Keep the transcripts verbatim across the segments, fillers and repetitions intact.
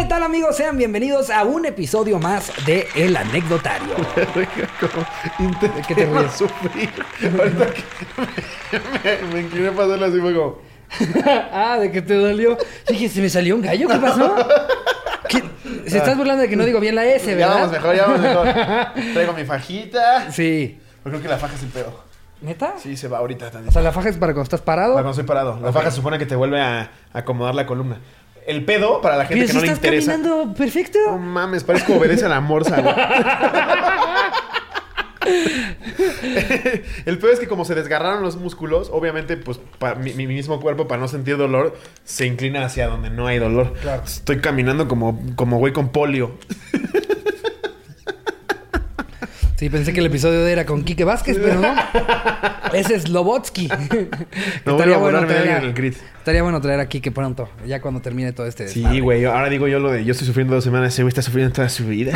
¿Qué tal, amigos? Sean bienvenidos a un episodio más de El Anecdotario. ¿Qué te ríes? Sufrir. Ahorita que me, me incliné para hacerlo así, fue como... Ah, ¿de que te dolió? Dije, ¿se me salió un gallo? ¿Qué pasó? ¿Qué? Se estás burlando de que no digo bien la S, ¿verdad? Ya vamos mejor, ya vamos mejor. Traigo mi fajita. Sí. Yo creo que la faja es el pedo. ¿Neta? Sí, se va ahorita también. O sea, la faja es para cuando estás parado. Para cuando estoy parado. La Ok. faja se supone que te vuelve a acomodar la columna. El pedo, para la gente Pero que si no le estás interesa... caminando perfecto. No mames, parezco obedece a la morsa, güey. El peor es que como se desgarraron los músculos, obviamente, pues, pa, mi, mi mismo cuerpo, para no sentir dolor, se inclina hacia donde no hay dolor. Claro. Estoy caminando como, como güey con polio. Sí, pensé que el episodio era con Quique Vázquez, pero no. Ese es Slobotsky. No estaría, voy a bueno borrarme traer de a, alguien en el grid. estaría bueno traer a Quique pronto, ya cuando termine todo este Sí, desmadre. güey. Ahora digo yo lo de... Yo estoy sufriendo dos semanas. Ese güey está sufriendo toda su vida.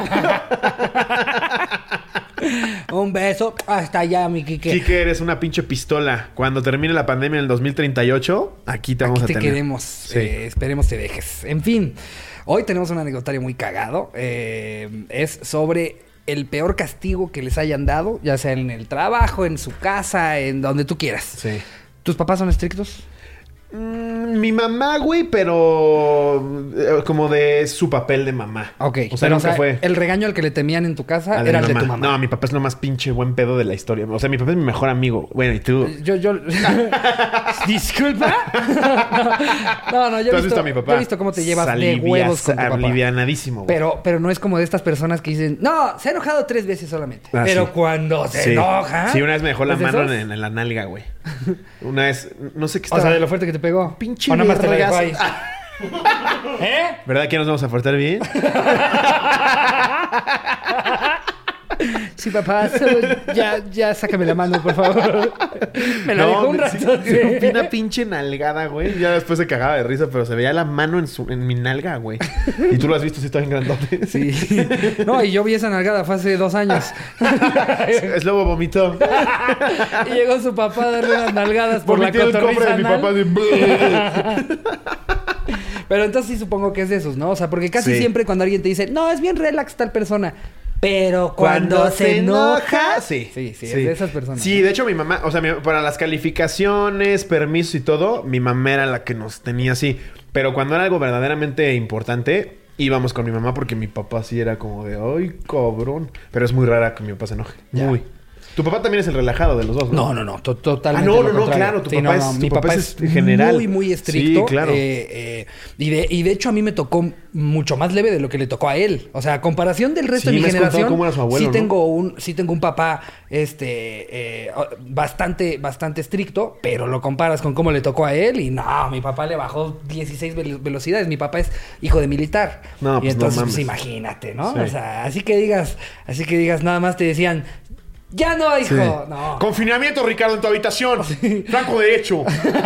Un beso. Hasta allá, mi Quique. Quique, eres una pinche pistola. Cuando termine la pandemia en el dos mil treinta y ocho, aquí te vamos Aquí a te tener. queremos. Sí. Eh, esperemos te dejes. En fin, hoy tenemos un anecdotario muy cagado. Eh, es sobre el peor castigo que les hayan dado, ya sea en el trabajo, en su casa, en donde tú quieras. Sí. ¿Tus papás son estrictos? Mm, mi mamá, güey, pero eh, como de su papel de mamá. Ok. O sea, pero, nunca fue. el regaño al que le temían en tu casa al de era mi el de mamá. tu mamá. No, mi papá es lo más pinche buen pedo de la historia. O sea, mi papá es mi mejor amigo. Bueno, ¿y tú? Yo, yo... ¿Disculpa? No, no, yo he ¿Tú has visto, visto a mi papá? yo he visto cómo te llevas de Alivias- huevos con tu papá. alivianadísimo, güey. Pero, pero no es como de estas personas que dicen, no, se ha enojado tres veces solamente. Ah, pero sí. cuando se Sí. enoja... Sí, una vez me dejó la ¿es de mano esos? en, en la nalga, güey. Una vez, no sé qué O estaba... sea, de lo fuerte que te pegó. Pinche O nada más te la dejó vergas. ahí. ¿Eh? ¿Verdad que nos vamos a portar bien? Sí, papá, solo ya, ya sácame la mano, por favor. Me la dejó un rato. sí, sí. le rompí una pinche nalgada, güey. Ya después se cagaba de risa, pero se veía la mano en, su, en mi nalga, güey. Y tú lo has visto, sí, está bien grandote. Sí. No, y yo vi esa nalgada fue hace dos años. Es lobo vomitó. Y llegó su papá a darle unas nalgadas por Vomité la el cofre cotorriza de mi anal. papá de... Pero entonces sí supongo que es de esos, ¿no? O sea, porque casi Sí. siempre cuando alguien te dice, no, es bien relax tal persona. Pero cuando, se enoja... Sí. Sí, sí, es de esas personas. Sí, de hecho mi mamá, o sea, mi- para las calificaciones, permisos y todo, mi mamá era la que nos tenía así. Pero cuando era algo verdaderamente importante, íbamos con mi mamá porque mi papá sí era como de, ay, cabrón. Pero es muy rara que mi papá se enoje. Ya. Muy. Tu papá también es el relajado de los dos, ¿no? No, no, no, to- totalmente. Ah, no, lo no, no, contrario. claro, tu Sí, papá no, es- no, tu mi papá papá es es general. muy, muy estricto. Sí, claro. Eh, eh, y, de, y de hecho a mí me tocó mucho más leve de lo que le tocó a él. O sea, a comparación del resto Sí, de mi me has contado generación, cómo era su abuelo, sí ¿no? tengo un, sí tengo un papá, este, eh, bastante, bastante estricto, pero lo comparas con cómo le tocó a él y no, mi papá le bajó dieciséis velo- velocidades. Mi papá es hijo de militar. No, y pues, entonces, no mames. pues, imagínate, ¿no? Sí. O sea, así que digas, así que digas, nada más te decían, ya no, hijo, Sí. no. Confinamiento, Ricardo, en tu habitación. Franco derecho.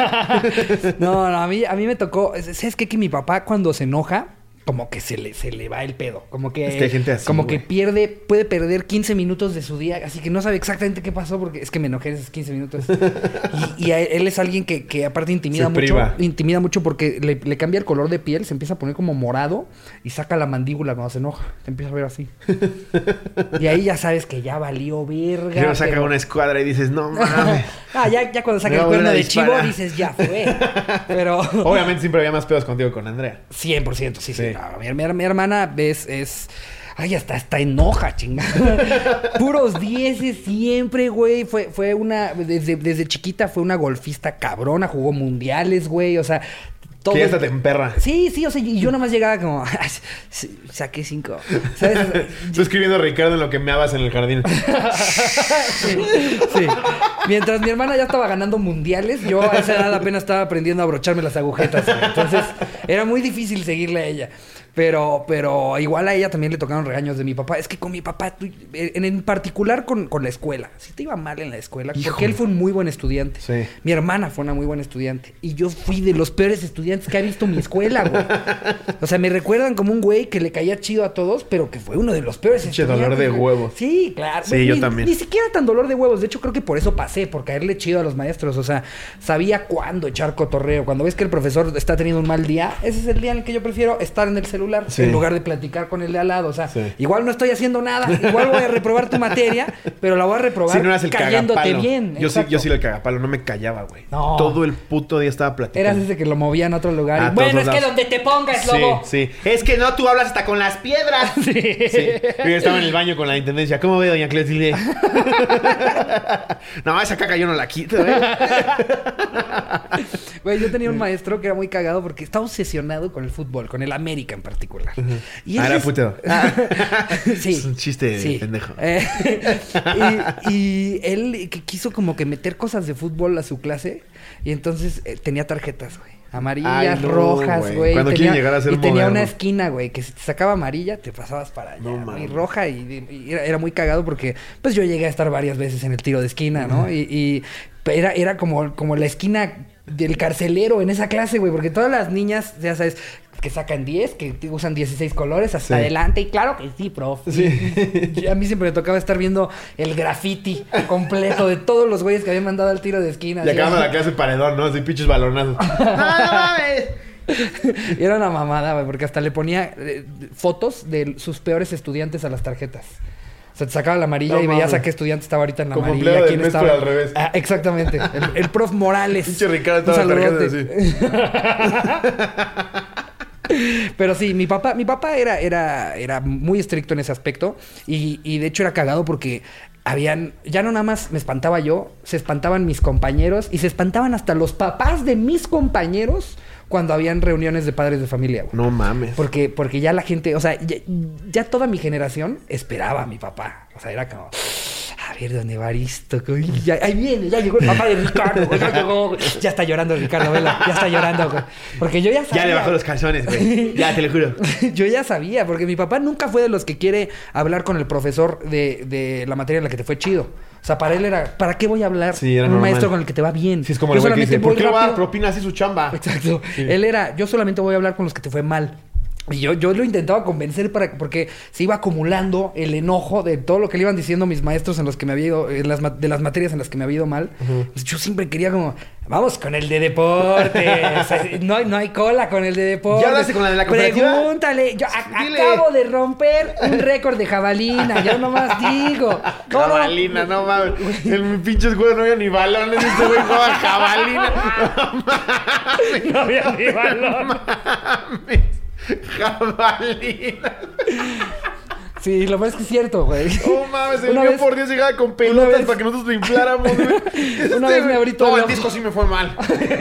No, no, a mí, a mí me tocó. ¿Sabes qué? Que mi papá, cuando se enoja, como que se le, se le va el pedo. Como que. Es que hay gente así, Como güey. que pierde, puede perder quince minutos de su día. Así que no sabe exactamente qué pasó porque es que me enojé esos quince minutos. Y, y a él, él es alguien que, que aparte intimida Se mucho. priva. Intimida mucho porque le, le cambia el color de piel, se empieza a poner como morado y saca la mandíbula cuando se enoja. Te empieza a ver así. Y ahí ya sabes que ya valió verga. Luego saca pero- una escuadra y dices, no mames. Ah, ya, ya cuando saca Me el va a volver cuerno a de chivo disparar. dices, ya fue. Pero... Obviamente siempre había más pedos contigo que con Andrea. cien por ciento, sí, sí. Sí. No, mi, mi- mi hermana es, es... Ay, hasta, hasta enoja, chingada. Puros dieces siempre, güey. Fue, fue una... Desde, desde chiquita fue una golfista cabrona. Jugó mundiales, güey. O sea... Todo... Que ya hasta te emperra. Sí, sí. O sea, y yo nada más llegaba como... "Sí, saqué cinco. ¿Sabes? Estoy escribiendo a Ricardo en lo que me meabas en el jardín. Sí, sí. Mientras mi hermana ya estaba ganando mundiales, yo a esa edad apenas estaba aprendiendo a abrocharme las agujetas, güey. Entonces, era muy difícil seguirle a ella. Pero, pero igual a ella también le tocaron regaños de mi papá. Es que con mi papá, tú- en, en particular con, con la escuela. Sí te iba mal en la escuela. Híjole. Porque él fue un muy buen estudiante. Sí. Mi hermana fue una muy buena estudiante. Y yo fui de los peores estudiantes comediantes que ha visto mi escuela, güey. O sea, me recuerdan como un güey que le caía chido a todos, pero que fue uno de los peores Pinche dolor de huevos. Sí, claro. Sí, ni, yo también. Ni siquiera tan dolor de huevos. De hecho, creo que por eso pasé, por caerle chido a los maestros. O sea, sabía cuándo echar cotorreo. Cuando ves que el profesor está teniendo un mal día, ese es el día en el que yo prefiero estar en el celular sí. en lugar de platicar con el de al lado. O sea, sí. igual no estoy haciendo nada. Igual voy a reprobar tu materia, pero la voy a reprobar sí, no eras el cayéndote cagapalo. bien. Yo sí, yo sí era el cagapalo. No me callaba, güey. No. Todo el puto día estaba platicando. Eras ese que lo movían a otro lugar. A Y, bueno, es lados. que donde te pongas, lobo. Sí, sí. Es que no, tú hablas hasta con las piedras. Sí. sí. Yo estaba en el baño con la intendencia. ¿Cómo ve, doña Cletilde? No, esa caca yo no la quito, ¿eh? Güey, yo tenía un maestro que era muy cagado porque estaba obsesionado con el fútbol, con el América en particular. Uh-huh. Y ah, era es... puto. Sí. Es un chiste sí. pendejo. Eh, y, y él que quiso como que meter cosas de fútbol a su clase y entonces eh, tenía tarjetas, güey. Amarillas, Ay, no, rojas, güey. Cuando tenía, quieren llegar a ser Y tenía moderno. una esquina, güey, que si te sacaba amarilla, te pasabas para allá. No, y roja, y, y era, era muy cagado porque, pues, yo llegué a estar varias veces en el tiro de esquina, ¿no? Y, y era, era como, como la esquina del carcelero en esa clase, güey. Porque todas las niñas, ya sabes, que sacan diez, que usan dieciséis colores hasta sí. adelante. Y claro que sí, prof. Sí. Y a mí siempre me tocaba estar viendo el graffiti completo de todos los güeyes que habían mandado al tiro de esquina. Y acabando la clase paredón, ¿no? Así pinches balonazos. ¡No, no mames! Y era una mamada, güey, porque hasta le ponía eh, fotos de sus peores estudiantes a las tarjetas. O sea, te sacaba la amarilla No y veías mames. a qué estudiante estaba ahorita en la Como amarilla. empleado del quién mes, estaba. pero al revés. Ah, exactamente. El, el prof Morales. Pinche Ricardo Un todas las saludote. tarjetas Pero sí, mi papá, mi papá era, era, era muy estricto en ese aspecto. Y, y de hecho era cagado porque habían, ya no nada más me espantaba yo, se espantaban mis compañeros y se espantaban hasta los papás de mis compañeros cuando habían reuniones de padres de familia, güey. No mames. Porque, porque ya la gente, o sea, ya, ya toda mi generación esperaba a mi papá. O sea, era como, a ver, ¿dónde va esto? Ya, ahí viene, ya llegó el papá de Ricardo, güey, ya llegó, güey. Ya está llorando Ricardo, vela, ya está llorando, güey. Porque yo ya sabía. Ya le bajó los calzones, güey. Ya, te lo juro. Yo ya sabía, porque mi papá nunca fue de los que quiere hablar con el profesor de, de la materia en la que te fue chido. O sea, para él era, ¿para qué voy a hablar Sí, era con un normal. maestro con el que te va bien? Sí, es como Yo el güey que solamente dice, ¿por voy qué le va a dar rápido. propina así su chamba? Exacto. Sí. Él era, yo solamente voy a hablar con los que te fue mal. Y yo, yo lo intentaba convencer para porque se iba acumulando el enojo de todo lo que le iban diciendo mis maestros en los que me había ido, en las, ma- de las materias en las que me había ido mal. Uh-huh. Pues yo siempre quería como, vamos con el de deportes. O sea, no, hay- no hay cola con el de deportes. ¿Ya hablaste con la de la cooperativa? Pregúntale. Yo a- Dile. acabo de romper un récord de jabalina. Yo nomás digo. No, no, Jabalina, no mames. En mi pinche escuela no había ni balones. Este güey jugaba jabalina. No mames. no había ni balón. Mames. Jabalina. Sí, lo más es que es cierto, güey. Oh, mames, el Una mío vez- por Dios llegaba con una pelotas vez- para que nosotros lo infláramos, güey. Una vez me abrí todo No, el el ojo. disco sí me fue mal.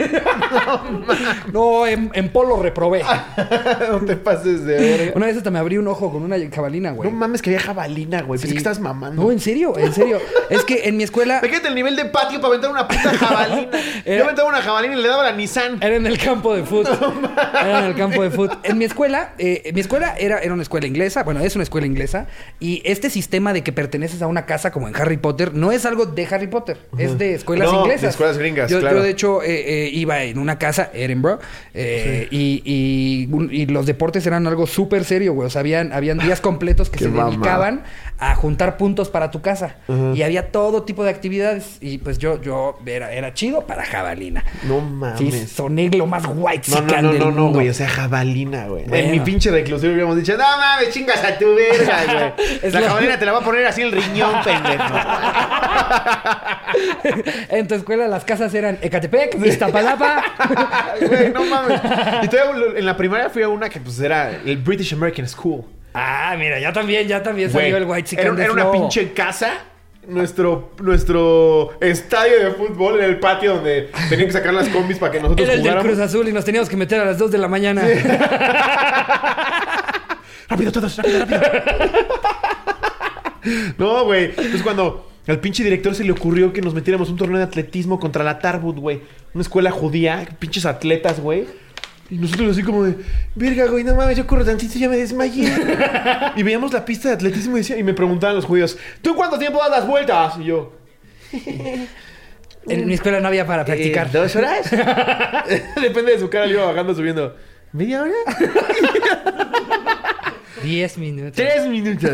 No, en, en polo reprobé. No te pases de verga. Una vez hasta me abrí un ojo con una jabalina, güey. No mames, que había jabalina, güey. Pensé Sí. que estás mamando. No, en serio, en serio. Es que en mi escuela Fíjate el nivel de patio para aventar una puta jabalina. Era- Yo aventaba una jabalina y le daba la Nissan. era en el campo de fútbol. Era en el campo de fútbol. En mi escuela, eh, mi escuela era, era una escuela inglesa. Bueno, es una escuela inglesa. Y este sistema de que perteneces a una casa como en Harry Potter no es algo de Harry Potter. Es de escuelas No, de inglesas. escuelas gringas, yo, claro. yo, de hecho, eh, eh, iba en una casa, Edinburgh. eh, y, y, un- y los deportes eran algo súper serio, güey. O sea, habían, habían días completos que Qué se mamada. dedicaban a juntar puntos para tu casa. Ujú. Y había todo tipo de actividades. Y pues yo, yo era, era chido para jabalina. No mames. Sí, soné lo más white No, no, no, no, no, güey. O sea, jabalina, güey. Bueno. En mi pinche reclusorio hubiéramos dicho, no mames, chingas a tu verga, güey. Es La lo- jabalina te la va a poner así el riñón, pendejo. En tu escuela las casas eran Ecatepec, Iztapalapa. Ay, güey, no mames. Y todavía en la primaria fui a una que pues era el British American School. Ah, mira, ya también, ya también salió Güey, el white era, era una pinche casa. Nuestro, nuestro estadio de fútbol en el patio donde tenían que sacar las combis para que nosotros Era el del jugáramos. Cruz Azul y nos teníamos que meter a las dos de la mañana. Rápido todos, rápido, rápido. No, güey. Pues cuando al pinche director se le ocurrió que nos metiéramos un torneo de atletismo contra la Tarbut, güey. Una escuela judía, pinches atletas, güey. Y nosotros así como de, verga, güey, no mames, yo corro tantito y ya me desmayé. Y veíamos la pista de atletismo y, decía, y me preguntaban los judíos, ¿tú en cuánto tiempo das las vueltas? Y yo, En mi escuela no había para practicar. Eh, ¿Dos horas? Depende de su cara, le iba bajando, subiendo. ¿Media hora? Diez minutos. Tres minutos.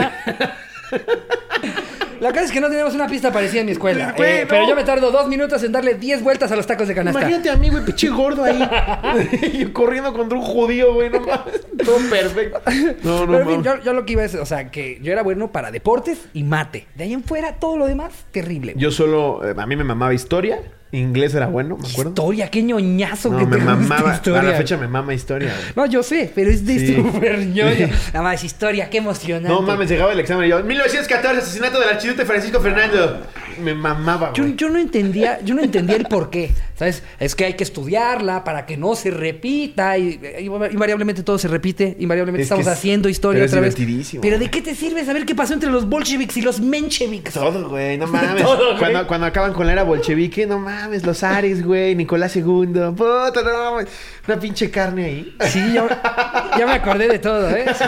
La cosa es que no tenemos una pista parecida en mi escuela. Güey, eh, no. Pero yo me tardo dos minutos en darle diez vueltas a los tacos de canasta. Imagínate a mí, güey, pinche gordo ahí. Yo corriendo contra un judío, güey, no mames. Todo perfecto. No, no, Pero en fin, mames. yo, yo lo que iba es, o sea, que yo era bueno para deportes y mate. De ahí en fuera, todo lo demás, terrible. Yo solo... eh, a mí me mamaba historia. Inglés era bueno, me acuerdo. Historia, qué ñoñazo No, que me te gusta mamaba. historia. A la fecha me mama historia, güey. No, yo sé, pero es de Sí. súper ñoño. Sí. Nada más historia, qué emocionante. No mames, llegaba el examen y yo... mil novecientos catorce, asesinato del archiduque Francisco Fernando. Me mamaba, Yo, güey. yo no entendía, yo no entendía el por qué, ¿sabes? Es que hay que estudiarla para que no se repita y, y invariablemente todo se repite, invariablemente Es estamos que es- haciendo historia pero es otra vez. divertidísimo, Pero güey. ¿de qué te sirve saber qué pasó entre los bolcheviks y los mencheviks? Todo, güey, no mames. Todo, güey. cuando, cuando acaban con la era bolchevique, no mames, los Ares, güey, Nicolás segundo. Puta, no mames. Una pinche carne ahí. Sí, yo, ya me acordé de todo, ¿eh? Sí.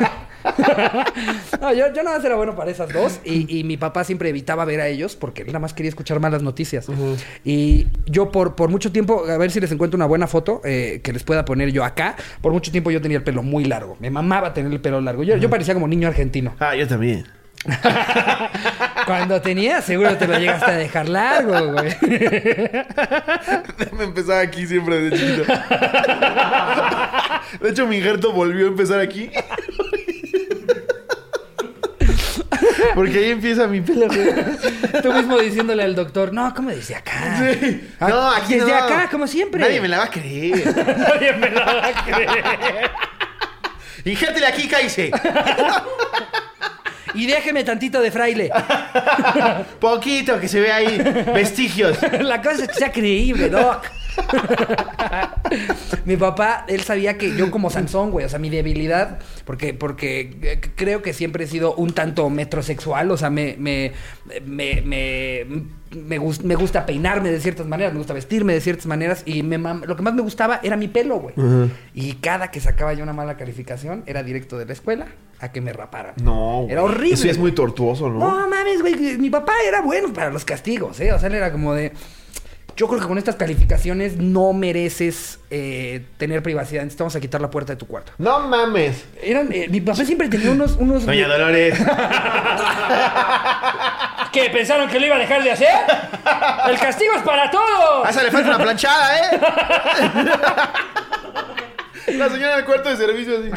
No, yo, yo nada más era bueno para esas dos y, y mi papá siempre evitaba ver a ellos porque él nada más quería escuchar malas noticias. Ujú. Y yo por, por mucho tiempo, a ver si les encuentro una buena foto eh, que les pueda poner yo acá, por mucho tiempo yo tenía el pelo muy largo, me mamaba tener el pelo largo, yo, yo parecía como niño argentino. Ah, yo también. Cuando tenía, seguro te lo llegaste a dejar largo, güey. Me empezaba aquí siempre desde chiquito. De hecho, mi injerto volvió a empezar aquí. Porque ahí empieza mi pelo, güey. Tú mismo diciéndole al doctor, no, ¿cómo desde acá? Sí. Ah, No, aquí desde no. acá, como siempre. Nadie me la va a creer. Nadie me la va a creer. Injértele aquí, cállese. Y déjeme tantito de fraile. Poquito, que se ve ahí. Vestigios. La cosa es que sea creíble, Doc. Mi papá, él sabía que yo como Sansón, güey, o sea, mi debilidad, porque, porque eh, creo que siempre he sido un tanto metrosexual, o sea, me, me, me, me, me, gus- me gusta peinarme de ciertas maneras, me gusta vestirme de ciertas maneras, y me mam- lo que más me gustaba era mi pelo, güey. Ujú. Y cada que sacaba yo una mala calificación, era directo de la escuela a que me raparan. No, güey. Era horrible. Eso ya es muy tortuoso, ¿no? No mames, güey. Mi papá era bueno para los castigos, ¿eh? O sea, él era como de... Yo creo que con estas calificaciones no mereces eh, tener privacidad. Entonces te vamos a quitar la puerta de tu cuarto. No mames. Eran, eh, mi papá siempre tenía unos... unos Doña Dolores. ¿Qué? ¿Pensaron que lo iba a dejar de hacer? ¡El castigo es para todos! A esa le falta una planchada, ¿eh? La señora del cuarto de servicio así.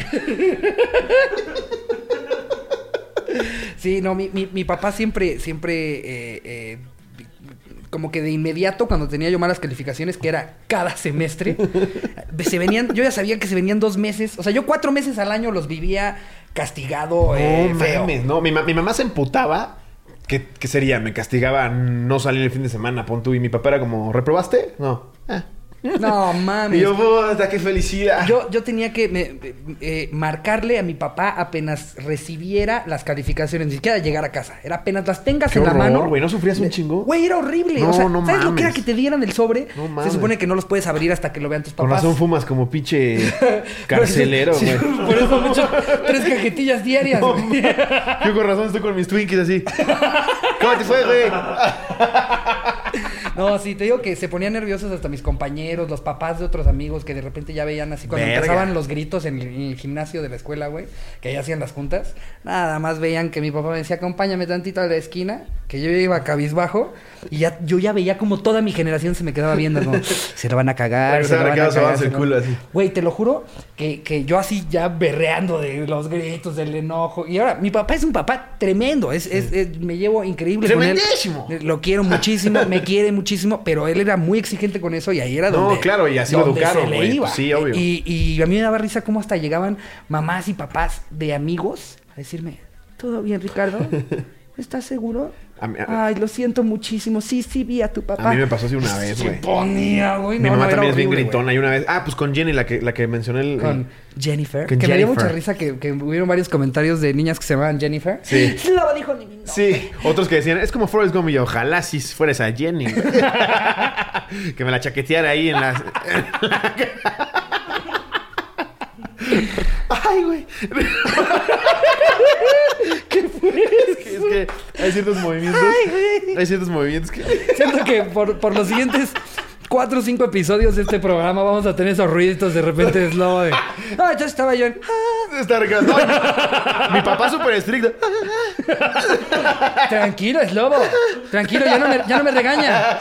Sí, no, mi, mi, mi papá siempre, siempre, eh, eh, como que de inmediato, cuando tenía yo malas calificaciones, que era cada semestre, se venían, yo ya sabía que se venían dos meses, o sea, yo cuatro meses al año los vivía castigado, eh, No feo. mames, no. Mi, ma- mi mamá se emputaba. ¿Qué, ¿Qué sería? Me castigaba a no salir el fin de semana, pon tú. Y mi papá era como, ¿reprobaste? No. Ah. No, Y mames. yo, puta, qué felicidad. Yo, yo tenía que me- eh, marcarle a mi papá apenas recibiera las calificaciones, ni siquiera llegar a casa. Era apenas las tengas Qué en la horror, mano. güey. ¿No sufrías un chingo? Güey, era horrible. No, o sea, no ¿sabes lo que era mames. que te dieran el sobre? No Se mames. supone que no los puedes abrir hasta que lo vean tus Con papás. razón fumas como pinche carcelero, Sí, güey. por eso mucho, tres cajetillas diarias. No, güey. yo con razón estoy con mis Twinkies así. ¿Cómo te fue, güey? No, sí, te digo que se ponían nerviosos hasta mis compañeros, los papás de otros amigos que de repente ya veían así cuando Verga. empezaban los gritos en el, en el gimnasio de la escuela, güey, que ahí hacían las juntas. Nada más veían que mi papá me decía, acompáñame tantito a la esquina, que yo iba cabizbajo y ya, yo ya veía como toda mi generación se me quedaba viendo, como, se lo van a cagar, se lo van a Quedaba cagar. el se lo- culo así. Güey, te lo juro que, que yo así ya berreando de los gritos, del enojo. Y ahora, mi papá es un papá tremendo. Es, es, es- me llevo increíble con él. Tremendísimo. Lo quiero muchísimo, me quiere muchísimo, pero él era muy exigente con eso y ahí era No, donde... claro, y así lo donde educaron, se le güey. iba. Pues sí, obvio. Y, y a mí me daba risa cómo hasta llegaban mamás y papás de amigos a decirme, ¿todo bien, Ricardo? ¿Estás seguro? A mí- a- Ay, lo siento muchísimo. Sí, sí, vi a tu papá. A mí me pasó así una vez, Se güey. ponía, güey. Mi No, mamá no, era también es bien horrible, gritona. güey. Y una vez... Ah, pues con Jenny, la que, la que mencioné. El, Con Jennifer. Con que me dio Jennifer. mucha risa que, que hubieron varios comentarios de niñas que se llamaban Jennifer. Sí. Lo dijo ni mi nombre. Sí, otros que decían, es como Forrest Gump y yo, ojalá si fuera esa Jenny. Que me la chaqueteara ahí en las... Ay, güey. ¿Qué fue? Es que, es que Hay ciertos movimientos. Ay, güey. Hay ciertos movimientos que... Siento que por, por los siguientes cuatro o cinco episodios de este programa vamos a tener esos ruiditos de repente slow de... Ah, ya estaba yo en... Está Ricardo. No, mi papá súper estricto. Tranquilo, es lobo. Tranquilo, ya no me, ya no me regaña.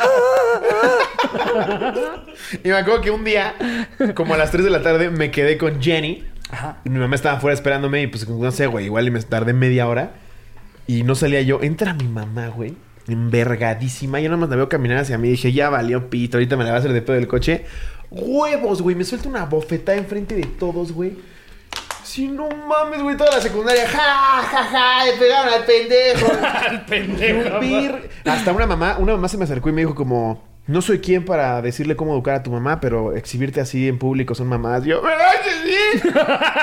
Y me acuerdo que un día, como a las tres de la tarde, me quedé con Jenny. Ajá. Y mi mamá estaba afuera esperándome y pues no sé, güey, igual y me tardé media hora. Y no salía yo. Entra mi mamá, güey. Envergadísima. Yo nada más la veo caminar hacia mí y dije, ya valió pito, ahorita me la va a hacer de pedo del coche. Huevos, güey. Me suelta una bofetada enfrente de todos, güey. Sí, no mames, güey. Toda la secundaria. Ja, ja, ja. Le pegaron al pendejo. Al pendejo. Bir... Hasta una mamá, una mamá se me acercó y me dijo como... No soy quien para decirle cómo educar a tu mamá, pero exhibirte así en público son mamadas. Yo, ¿verdad que sí?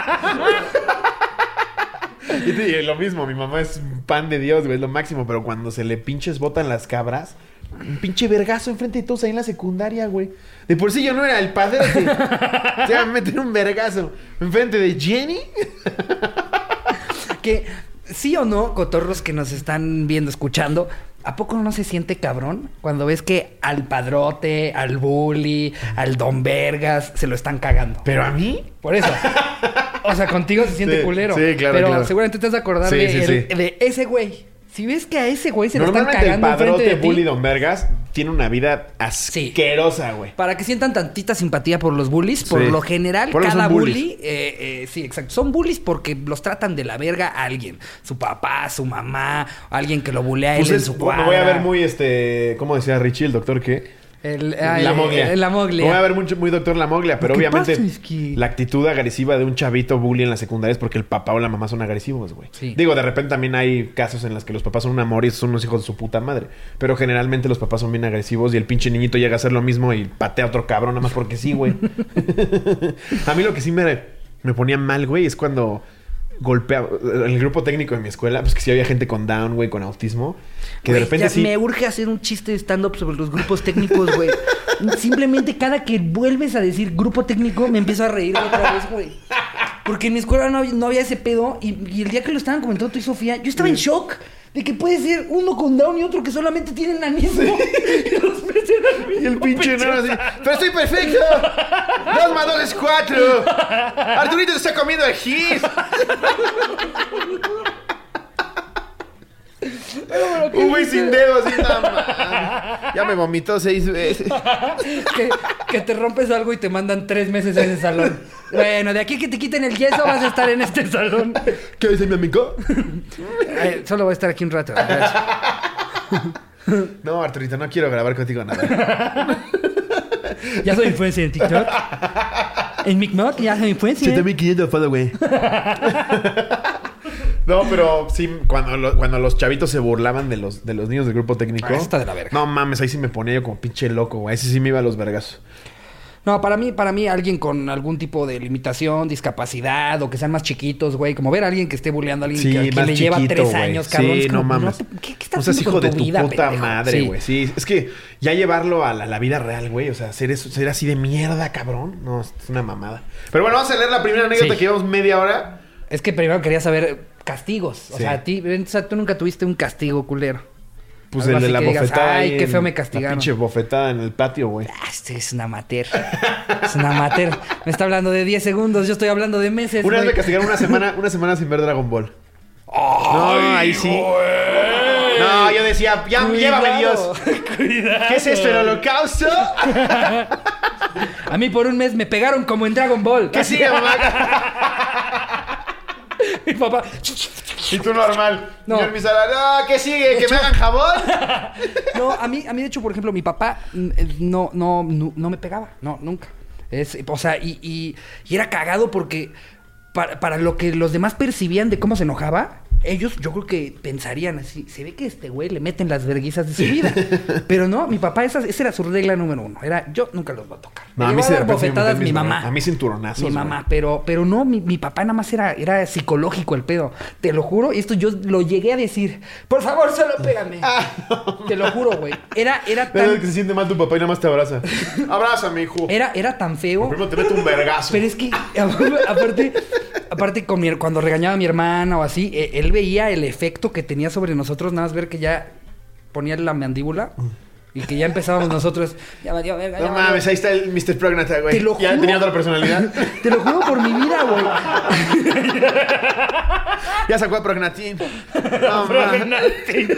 Y te digo, lo mismo, mi mamá es un pan de Dios, güey, es lo máximo. Pero cuando se le pinches botan las cabras, un pinche vergazo enfrente de todos ahí en la secundaria, güey. De por sí yo no era el padre. Se iba a meter un vergazo enfrente de Jenny. Que sí o no, cotorros que nos están viendo, escuchando, ¿a poco no se siente cabrón cuando ves que al padrote, al bully, al don vergas se lo están cagando? ¿Pero a mí? Por eso. O sea, contigo se siente Sí, culero. sí, claro, Pero claro. seguramente te vas a acordar Sí, de, sí, el- sí. de ese güey. Si ves que a ese güey se lo están Normalmente el cagando enfrente padrote de ti, bully don vergas tiene una vida asquerosa, güey. para que sientan tantita simpatía por los bullies, por Sí. lo general, Por eso cada son bullies. bully, eh, eh, sí, exacto, son bullies porque los tratan de la verga a alguien. Su papá, su mamá, alguien que lo bulea a él Pues en es- su me cuadra. voy a ver muy, este... ¿Cómo decía Richie, el doctor qué? El, ay, La moglia. eh, La moglia. Me voy a ver mucho, muy doctor la moglia, pero Lo que obviamente pasa es que- la actitud agresiva de un chavito bully en la secundaria es porque el papá o la mamá son agresivos, güey. Sí. Digo, de repente también hay casos en los que los papás son un amor y son unos hijos de su puta madre. Pero generalmente los papás son bien agresivos y el pinche niñito llega a hacer lo mismo y patea a otro cabrón nada más porque sí, güey. A mí lo que sí me, me ponía mal, güey, es cuando golpeaba... En el grupo técnico de mi escuela, pues que sí había gente con Down, güey, con autismo. Que de Güey, repente ya sí... me urge hacer un chiste de stand-up sobre los grupos técnicos, güey. Simplemente cada que vuelves a decir grupo técnico, me empiezo a reír otra vez, güey. Porque en mi escuela no, había- no había ese pedo. Y, y el día que lo estaban comentando tú y Sofía, yo estaba en shock de que puede ser uno con Down y otro que solamente tiene nanismo. Y los meten al Y el mismo pinche pecho. enano así, ¡pero estoy perfecto! ¡Dos más dos es cuatro! ¡Arturito se está comiendo el gis! Un güey sin dedos así, no mames. Ya me vomitó seis veces. que, que te rompes algo y te mandan tres meses en ese salón. Bueno, de aquí que te quiten el yeso vas a estar en este salón. ¿Qué dice mi amigo? Eh, solo voy a estar aquí un rato. Gracias. No, Arturito, no quiero grabar contigo nada. Ya soy influencer en TikTok. En Micmoc ya soy influencer. siete mil quinientos follow, güey. No, pero sí, cuando, lo- cuando los chavitos se burlaban de los, de los niños del grupo técnico. Ah, eso está de la verga. No mames, ahí sí me ponía yo como pinche loco, güey. Ahí sí, sí me iba a los vergazos. No, para mí, para mí, alguien con algún tipo de limitación, discapacidad, o que sean más chiquitos, güey. Como ver a alguien que esté bulleando a alguien Sí, que, que más le lleva chiquito, tres güey. años, cabrón. Sí, Es como, no mames. ¿qué, qué estás O sea, es haciendo hijo con de tu tu vida, puta pendejo? madre, Sí. güey. Sí. Es que ya llevarlo a la, la vida real, güey. O sea, ser, eso, ser así de mierda, cabrón. No, es una mamada. Pero bueno, vamos a leer la primera anécdota Sí. que llevamos media hora. Es que primero quería saber castigos. O Sí. sea, a ti, o sea, tú nunca tuviste un castigo culero. Pues Algo el de así la que digas, bofetada. "Ay, ahí qué en- feo me La castigaron". pinche bofetada en el patio, güey. Ah, este es un amateur. Es un amateur. Me está hablando de diez segundos. Yo estoy hablando de meses, Una vez güey. me castigaron una semana, una semana sin ver Dragon Ball. No, ahí sí. No, yo decía, ya Cuidado. llévame Dios. Cuidado. ¿Qué es esto, el holocausto? A mí por un mes me pegaron como en Dragon Ball. ¿Qué sigue, mamá? Mi papá. Y tú normal. No. Yo en mi sala, no, ¿qué sigue? ¿Que me hagan jabón? No, a mí, a mí de hecho, por ejemplo, mi papá mm, eh, no, no, no, no me pegaba. No, nunca. Es, o sea, y, y, y era cagado porque para, para lo que los demás percibían de cómo se enojaba, ellos yo creo que pensarían así, se ve que este güey le meten las verguizas de su vida. Pero no, mi papá, esa, esa era su regla número uno. Era, yo nunca los voy a tocar. No, Me a mí llegó sí de dar repente sí me bofetadas meten mi mis- mamá. A mí cinturonazos, Mi güey. mamá, pero, pero no, mi, mi papá nada más era, era psicológico el pedo. Te lo juro, y esto yo lo llegué a decir. Por favor, solo pégame. Te lo juro, güey. Era, era Es el que tan, se siente mal tu papá y nada más te abraza. Abrázame, hijo. era, era tan feo. Primero te mete un vergazo. Pero es que, aparte, aparte, con mi, cuando regañaba a mi hermana o así, eh, él veía el efecto que tenía sobre nosotros, nada más ver que ya ponía la mandíbula y que ya empezábamos nosotros. Ya valió verga, No ya valió. mames, ahí está el mister Prognata, güey. Te lo Ya juro. tenía otra personalidad. Te lo juro por mi vida, güey. Ya sacó a Prognatin. No mames.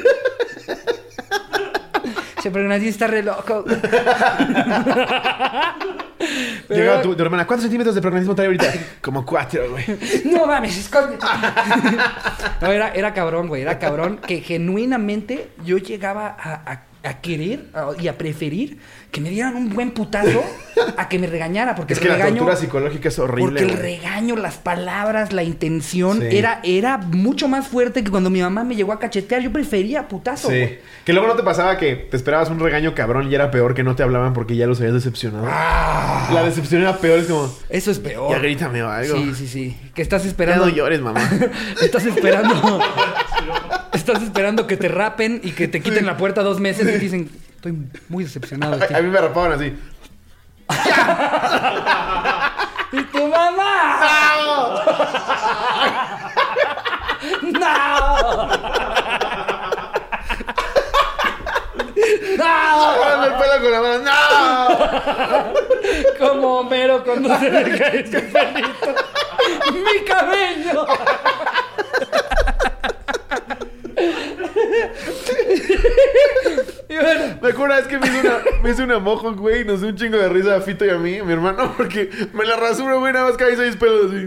Ese Prognatin está re loco. Pero- Llegaba tu, tu hermana. ¿Cuántos centímetros de prognatismo trae ahorita? Como cuatro, güey. No mames, escóndete. No, era, era cabrón, güey. Era cabrón que genuinamente yo llegaba a, a, a querer a- y a preferir que me dieran un buen putazo a que me regañara. Porque Es el que la regaño, tortura psicológica es horrible, porque el güey. regaño, las palabras, la intención Sí. era, era mucho más fuerte que cuando mi mamá me llegó a cachetear. Yo prefería putazo. Sí. güey. Que luego no te pasaba que te esperabas un regaño cabrón y era peor que no te hablaban porque ya los habías decepcionado. Ah, La decepción era peor, es como... eso es peor. Ya grítame o algo. Sí, sí, sí. Que estás Ya esperando. no llores, mamá. Estás esperando. Estás esperando que te rapen y que te quiten la puerta dos meses y te dicen, estoy muy decepcionado de ti. A mí me rapaban así. ¡Y tu mamá! ¡No! ¡No! ¡Agarrame el pelo con la mano! ¡No! Como Homero cuando se le cae su pelito. ¡Mi cabello! Y bueno, Me acuerdo una vez que me hizo una, me hizo una mojo, güey, y nos dio un chingo de risa a Fito y a mí, a mi hermano, porque me la rasuro, güey, nada más cae seis pelos así.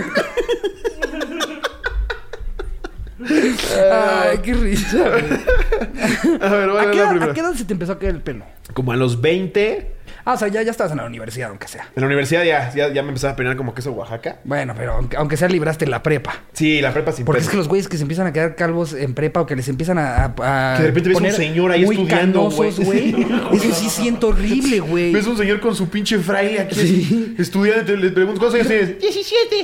ay, qué risa, güey. A ver, ¿A vale, qué, la edad, primera. ¿A qué edad se te empezó a caer el pelo? Como a los veinte, Ah, o sea, ya, ya estabas en la universidad, aunque sea. en la universidad ya, ya, ya me empezaba a peinar como queso Oaxaca. Bueno, pero aunque, aunque sea libraste la prepa. Sí, la prepa sin Porque pelos. es que los güeyes que se empiezan a quedar calvos en prepa o que les empiezan a, a- a Que de repente ves un poner señor ahí muy estudiando, canosos, güey. Eso sí siento horrible, güey. Ves un señor con su pinche fraile aquí, Sí. estudiante, le pregunto, ¿cuántos años tienes? diecisiete.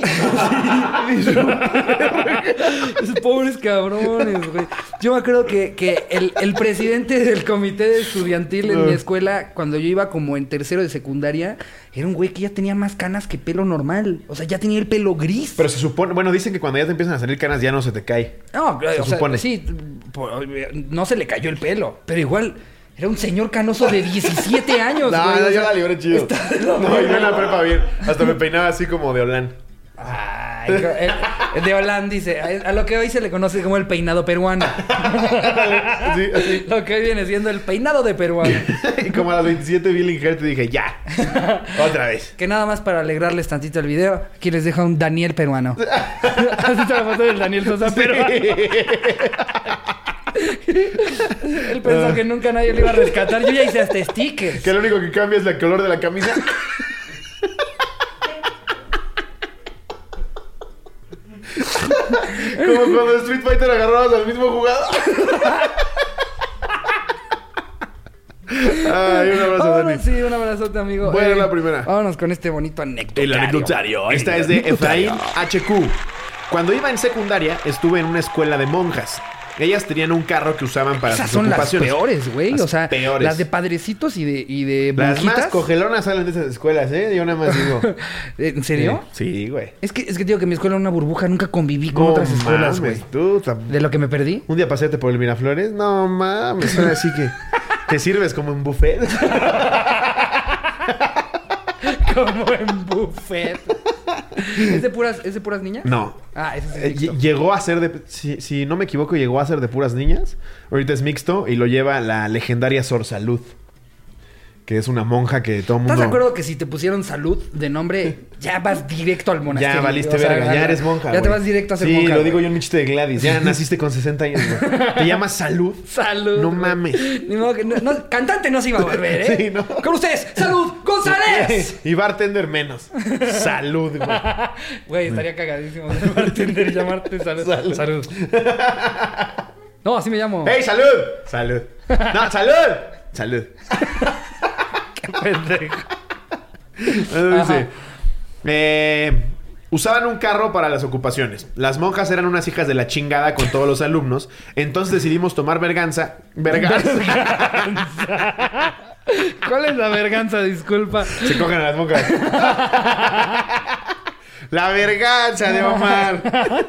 Esos pobres cabrones, güey. Yo me acuerdo que, que el, el presidente del comité estudiantil en mi escuela, cuando yo iba como en tercero de secundaria, era un güey que ya tenía más canas que pelo normal. O sea, ya tenía el pelo gris. Pero se supone, bueno, dicen que cuando ya te empiezan a salir canas ya no se te cae. No, Se o sea, supone. sí, por- no se le cayó el pelo, pero igual era un señor canoso de diecisiete años, No, güey. no, o yo sea, la libré chido. está de la No, yo en la prepa bien. Hasta me peinaba así como de Olan. Ay, el, el de Holland dice, a lo que hoy se le conoce como el peinado peruano. Sí, así. Lo que hoy viene siendo el peinado de peruano. Y como a las veintisiete vi el injerto y dije, ya. Otra vez. Que nada más para alegrarles tantito el video, aquí les dejo un Daniel peruano. Así está la foto del Daniel Sosa peruano. Él pensó que nunca nadie le iba a rescatar. Yo ya hice hasta stickers. Que lo único que cambia es el color de la camisa. Como cuando Street Fighter agarrabas al mismo jugador. Ay, un abrazo, Vámonos, Dani. sí, un abrazote, amigo. Buena la primera. Vámonos con este bonito anécdotario. El anecdotario. Esta es de Efraín H Q. Cuando iba en secundaria, estuve en una escuela de monjas. Ellas tenían un carro que usaban para Esas sus son las ocupaciones. peores, güey. Las O sea, peores. las de padrecitos y de, y de Las más monjitas. cogelonas salen de esas escuelas, ¿eh? Yo nada más digo. ¿En serio? Sí, güey. Es que, es que digo que mi escuela era una burbuja. Nunca conviví con otras escuelas, güey. mames, tú, ta- De lo que me perdí. un día paseate por el Miraflores. No mames, suena así que te sirves como en buffet. Como en buffet. ¿Es de puras, ¿es de puras niñas? No. Ah, ese sí es Eh, mixto. ll- llegó a ser de. Si, si no me equivoco, llegó a ser de puras niñas. Ahorita es mixto y lo lleva la legendaria Sor Salud. Que es una monja que todo el mundo. ¿Estás de acuerdo que si te pusieron salud de nombre, ya vas directo al monasterio? Ya valiste O sea, verga, ya eres monja. Ya te güey. vas directo a ser sí, monja. lo güey. digo yo en mi chiste de Gladys. Ya naciste con sesenta años, güey. Te llamas Salud. Salud. No güey. mames. Ni modo que no, no, cantante no se iba a volver, ¿eh? Sí, no. Con ustedes, Salud González. Y bartender menos. Salud, güey. Güey, estaría cagadísimo ser bartender y llamarte Salud. Salud. Salud. No, así me llamo. ¡Hey, salud! Salud. No, salud. Salud. Pendejo. Bueno, dice, eh, usaban un carro para las ocupaciones. Las monjas eran unas hijas de la chingada con todos los alumnos. Entonces decidimos tomar verganza. Verganza. ¿Cuál es la verganza? Disculpa. Se cogen a las monjas. La verganza de Omar.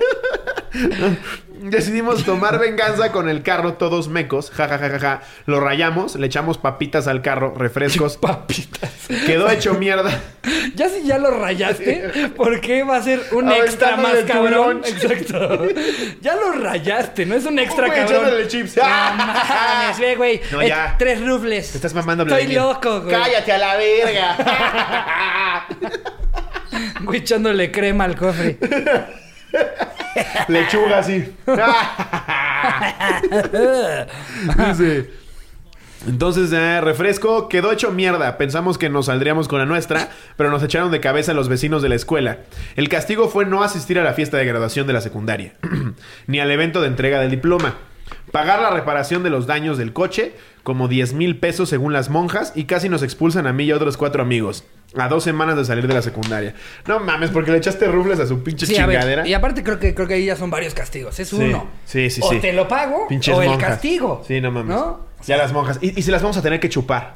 Decidimos tomar venganza con el carro todos mecos. Ja, ja, ja, ja, ja. Lo rayamos, le echamos papitas al carro, refrescos. Papitas. Quedó hecho mierda. Ya si ya lo rayaste, ¿por qué va a ser un Ahora extra está más de tu cabrón? lunch. Exacto. Ya lo rayaste, no es un extra Un güey cabrón. echándole chips. No mames, ve, güey. No, Eh, ya. tres rufles. Te estás mamando, Estoy Vladimir. loco, güey. Cállate a la verga. Güey, echándole crema al cofre. Lechuga así. Dice. Entonces, eh, refresco quedó hecho mierda. Pensamos que nos saldríamos con la nuestra, pero nos echaron de cabeza los vecinos de la escuela. El castigo fue no asistir a la fiesta de graduación de la secundaria, ni al evento de entrega del diploma. Pagar la reparación de los daños del coche, como diez mil pesos según las monjas, y casi nos expulsan a mí y a otros cuatro amigos. A dos semanas de salir de la secundaria. No mames, porque le echaste rufles a su pinche Sí, a ver, chingadera. y aparte creo que creo que ahí ya son varios castigos. Es Sí, uno. sí, sí, o sí. te lo pago Pinches o el monjas. castigo. Sí, no mames. ¿No? Ya las monjas. Y, y se las vamos a tener que chupar.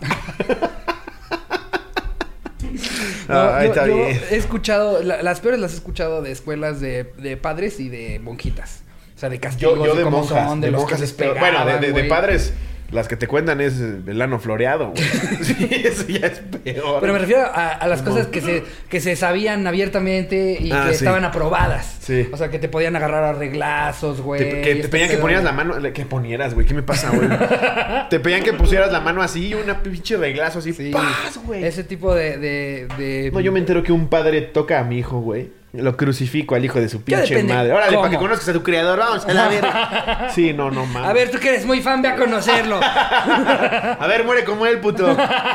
No, Ah, ahí yo, está yo bien. he escuchado, la- las peores las he escuchado de escuelas de, de padres y de monjitas. O sea, de castigos, Yo, yo de cómo monjas. son, de de, los monjas que les es peor. Bueno, de, pegaban, de- de güey. padres, las que te cuentan es el ano floreado, güey. Sí, eso ya es peor. Pero me refiero a, a las cosas que se, que se sabían abiertamente y Ah, que sí. estaban aprobadas. Sí. O sea, que te podían agarrar a reglazos, güey. Te, que y te este pedían que pedo. ponieras la mano... Que ponieras, güey. ¿Qué me pasa, güey? Te pedían que pusieras la mano así y una pinche reglazo así. Sí. ¡Paz, güey! Ese tipo de, de, de... No, yo me entero que un padre toca a mi hijo, güey. Lo crucifico al hijo de su pinche depende. madre. Órale, ¿Cómo? para que conozcas a tu creador. Vamos a la verga. Sí, no, no mames. A ver, tú que eres muy fan, ve a conocerlo. A ver, muere como él, puto.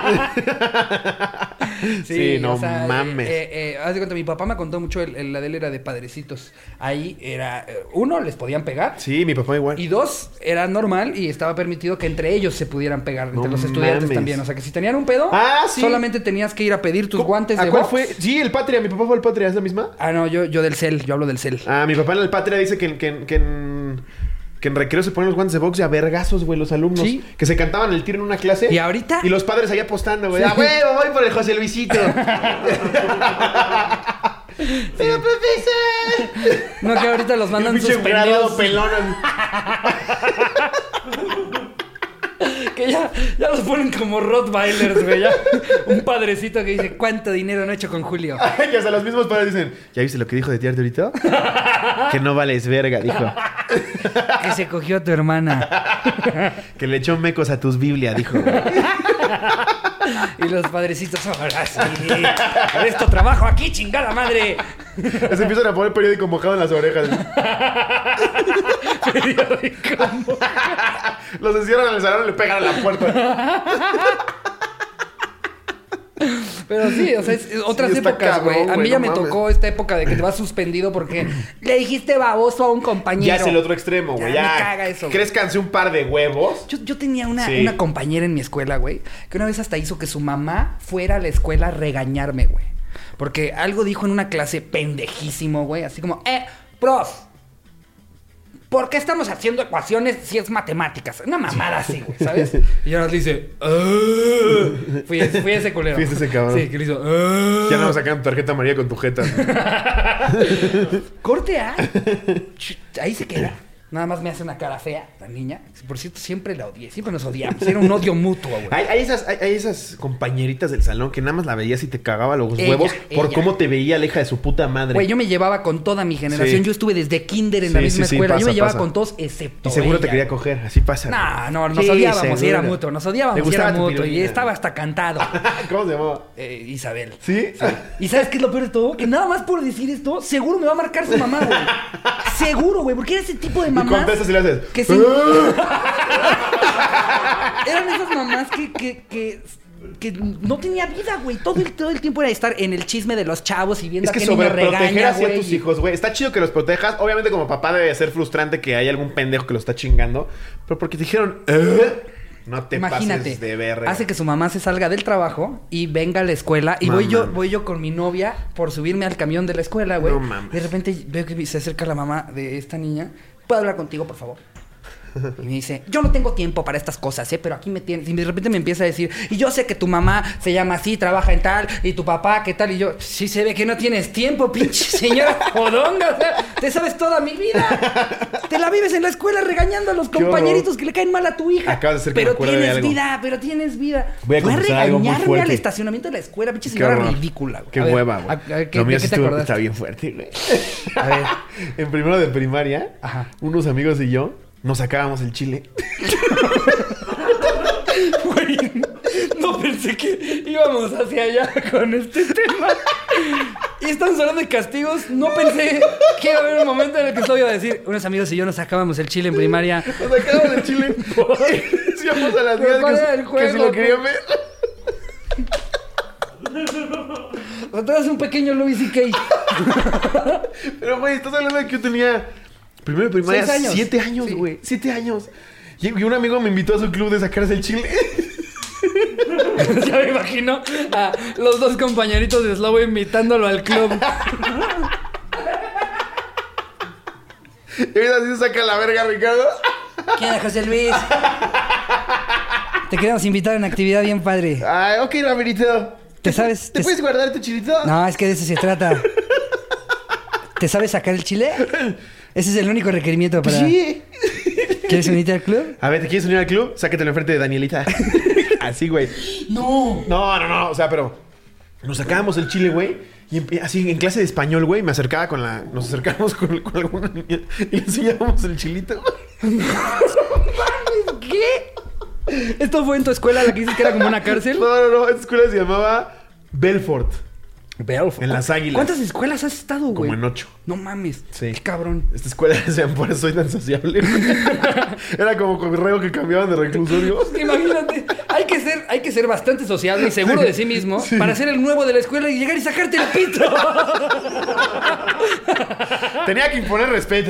Sí, no o sea, mames. Eh, eh, haz de cuenta, mi papá me contó mucho, el, el- la de él era de padrecitos. Ahí era, eh, uno, les podían pegar. Sí, mi papá igual. Y dos, era normal y estaba permitido que entre ellos se pudieran pegar, entre No los estudiantes mames. también. O sea, que si tenían un pedo, Ah, sí. solamente tenías que ir a pedir tus ¿Cómo? guantes ¿A de cuál box. fue? Sí, el Patria. Mi papá fue el Patria. ¿Es la misma? Ah, no, yo, yo del cel, yo hablo del cel. Ah, mi papá en el Patria dice que, que, que en... Que en recreo se ponen los guantes de box y a vergazos, güey, los alumnos. Sí. Que se cantaban el tiro en una clase. ¿Y ahorita? Y los padres ahí apostando, güey. ¡Ah, huevo! Voy por el José Luisito. ¡Pero, profesor! No, que ahorita los Y un mandan pinche suspendidos. graduado pelón. Que ya, ya los ponen como Rottweilers, güey. Ya. Un padrecito que dice, ¿cuánto dinero no he hecho con Julio? Y hasta los mismos padres dicen, ¿ya viste lo que dijo de ti Arturito? Que no vales verga, dijo. Que se cogió a tu hermana. Que le echó mecos a tus Biblia, dijo. Y los padrecitos, ahora sí. Por esto trabajo aquí, chingada madre. Se empiezan a poner periódico mojado en las orejas. Periódico. Los encierran en el salón y le pegan a la puerta. Pero sí, o sea, es, es otras Sí, está épocas, güey. cabrón, A mí güey, ya no me mames. tocó esta época de que te vas suspendido porque le dijiste baboso a un compañero. Ya es el otro extremo, güey. Ya Ya, me caga eso, güey. crezcanse un par de huevos. Yo, yo tenía una, Sí. una compañera en mi escuela, güey, que una vez hasta hizo que su mamá fuera a la escuela a regañarme, güey. Porque algo dijo en una clase pendejísimo, güey. Así como, eh, prof, ¿por qué estamos haciendo ecuaciones si es matemáticas? Una mamada así, güey, ¿sabes? Y ahora le dice, "Ah". Fui, ese- fui ese culero. Fuiste ese cabrón. Sí, que le hizo, "Ah". Ya no sacan tu tarjeta amarilla con tu jeta. Corte A. Ch- Ahí se queda. Nada más me hace una cara fea, la niña. Por cierto, siempre la odié. Siempre nos odiamos. Era un odio mutuo, güey. Hay, hay esas, hay, hay esas compañeritas del salón que nada más la veías y te cagaba los Ella, huevos por ella. cómo te veía la hija de su puta madre. Güey, yo me llevaba con toda mi generación. Sí. Yo estuve desde kinder en la Sí, misma sí, sí, escuela. yo pasa, me llevaba pasa. con todos excepto y seguro te ella, quería güey. coger. Así pasa. No, no, nos Sí, odiábamos y era seguro. mutuo. Nos ¿Te odiábamos y gustaba era tu mutuo. Y pirulina? estaba hasta cantado. ¿Cómo se llamaba? Eh, Isabel. ¿Sí? ¿Y sabes qué es lo peor de todo? Que nada más por decir esto, seguro me va a marcar su mamá, güey. Seguro, güey. Porque era ese tipo de Y mamás. contestas y le haces. Que sí. Eran esas mamás que, que, que, que no tenía vida, güey. Todo el, todo el tiempo era estar en el chisme de los chavos y viendo Es que a qué niño sobreproteger regaña, así a güey. tus hijos, güey. Está chido que los protejas. Obviamente, como papá debe ser frustrante que haya algún pendejo que lo está chingando. Pero porque te dijeron, ¿eh? No te Imagínate, pases de verga. hace que su mamá se salga del trabajo y venga a la escuela y No voy yo, mames. voy yo con mi novia por subirme al camión de la escuela, güey. No mames. De repente veo que se acerca la mamá de esta niña. ¿Puedo hablar contigo, por favor? Y me dice, yo no tengo tiempo para estas cosas, ¿eh? Pero aquí me tienes. Y de repente me empieza a decir, y yo sé que tu mamá se llama así, trabaja en tal, y tu papá, ¿qué tal? Y yo, sí se ve que no tienes tiempo, pinche señora jodonga. O sea, te sabes toda mi vida. Te la vives en la escuela regañando a los Qué compañeritos horror. que le caen mal a tu hija. Acabas de hacer que pero me acuerde de tienes algo. vida, pero tienes vida. Voy a Fue confesar algo muy regañarme fuerte. al estacionamiento de la escuela, pinche Qué señora horror. ridícula, güey. Qué A ver, hueva, güey. a- a ver, ¿qué- Lo ¿de mío qué sí te estuvo- acordaste? está bien fuerte, güey. A ver. En primero de primaria, Ajá. unos amigos y yo nos sacábamos el chile. Güey, no pensé que íbamos hacia allá con este tema. Y estamos hablando de castigos. No pensé que iba a haber un momento en el que solo iba a decir, unos amigos y yo nos sacábamos el chile en primaria. Nos sacábamos el chile. Decíamos a las Pero niñas ¿cuál que, era el que juego, si lo querían ver. O tú eras un pequeño Louis C K. Pero, güey, estás hablando de que yo tenía primero de primaria, Seis años. siete años, Sí. güey. Siete años. Y, y un amigo me invitó a su club de sacarse el chile. Ya me imagino a los dos compañeritos de Slobo invitándolo al club. Y ahorita sí se saca la verga, Ricardo. ¿Quién es José Luis? Te queremos invitar a una actividad bien padre. Ay, ok, Ramirito. ¿Te sabes? ¿Te te- puedes guardar tu chilito? No, es que de eso se trata. ¿Te sabes sacar el chile? Ese es el único requerimiento para... Sí. ¿Quieres unirte al club? A ver, ¿te quieres unir al club? Sácatelo enfrente de Danielita. Así, güey. No. No, no, no. O sea, pero nos sacábamos el chile, güey. Y empe- así en clase de español, güey, me acercaba con la... Nos acercábamos con, con alguna niña y le enseñábamos el chilito. ¿Qué? ¿Esto fue en tu escuela la que dices que era como una cárcel? No, no, no. Esta escuela se llamaba Belfort. Belfort. En las Águilas. ¿Cuántas escuelas has estado, güey? Como en ocho. No mames. Sí. Qué cabrón. Esta escuela se llama Por eso soy tan sociable. Era como correo que cambiaban de reclusorio. Imagínate, hay que ser, hay que ser bastante sociable y seguro de sí mismo Sí. para ser el nuevo de la escuela y llegar y sacarte el pito. Tenía que imponer respeto.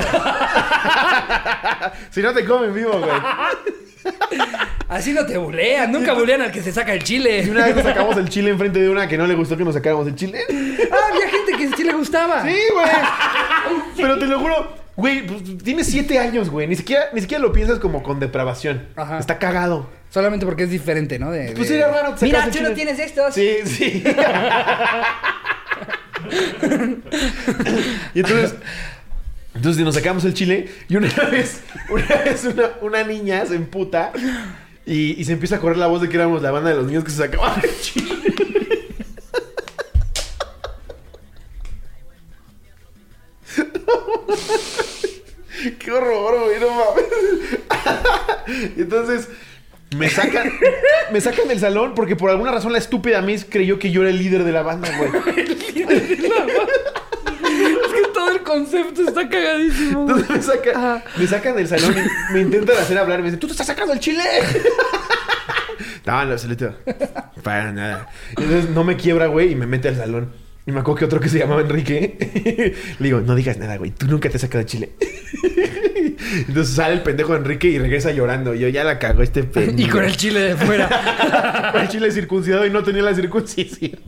Si no te comen vivo, güey. Así no te bulean, nunca bulean al que se saca el Y chile. una vez nos sacamos el chile enfrente de una que no le gustó que nos sacáramos el chile. Ah, había gente que sí le gustaba. Sí, güey. Pero te lo juro, güey, pues, tienes siete años, güey. Ni siquiera, ni siquiera lo piensas como con depravación. Ajá. Está cagado. Solamente porque es diferente, ¿no? De, Pues de- era raro, te Mira, sacas tú el no chile. tienes estos. Sí, sí. Y entonces, entonces nos sacamos el chile y una vez, una vez una, una niña se emputa y, y se empieza a correr la voz de que éramos la banda de los niños que se sacaban el chile. Qué horror, güey, no mames. Y entonces me sacan, me sacan del salón porque por alguna razón la estúpida Miss creyó que yo era el líder de la banda, güey. Es que todo el concepto está cagadísimo. güey. Entonces me, saca, Ajá. me sacan del salón y me intentan hacer hablar. Me dicen, ¿tú te estás sacando el chile? No, no, solito. Para nada. Entonces no me quiebra, güey, y me mete al salón. Y me acuerdo que otro que se llamaba Enrique. Le digo, no digas nada, güey. Tú nunca te has sacado el chile. Entonces sale el pendejo de Enrique y regresa llorando. Y yo, ya la cagó este pendejo. Y con el chile de fuera. Con el chile circuncidado y no tenía la circuncisión.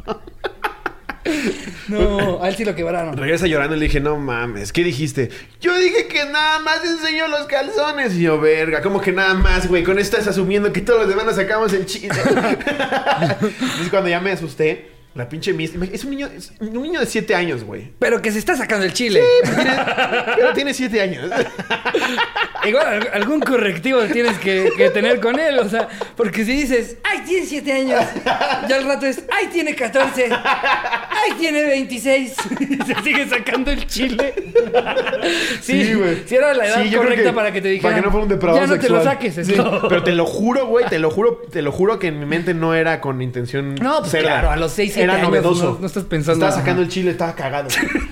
No, a él sí lo quebraron. Regresa llorando y le dije, no mames, ¿qué dijiste? Yo dije que nada más enseñó los calzones. Y yo, verga, ¿cómo que nada más, güey? Con esto estás asumiendo que todos los demás nos sacamos el chile. Entonces cuando ya me asusté, la pinche Miss... Es un niño, es un niño de siete años, güey. Pero que se está sacando el chile. Tiene- pero tiene siete años. Igual al- algún correctivo tienes que, que tener con él, o sea, porque si dices, ay, tiene siete años, ya al rato es, ay, tiene catorce, ay, tiene veintiséis, y se sigue sacando el chile. Sí, güey. Si era la edad Sí, yo creo correcta que- para que te dijeran, para que no fuera un depravado ya no sexual. te lo saques. Sí, esto. pero te lo juro, güey, te lo juro, te lo juro que en mi mente no era con intención No, pues cerda. claro, a los seis, siete Era años novedoso. no- no estás pensando, Estaba ajá. sacando el chile, estaba cagado.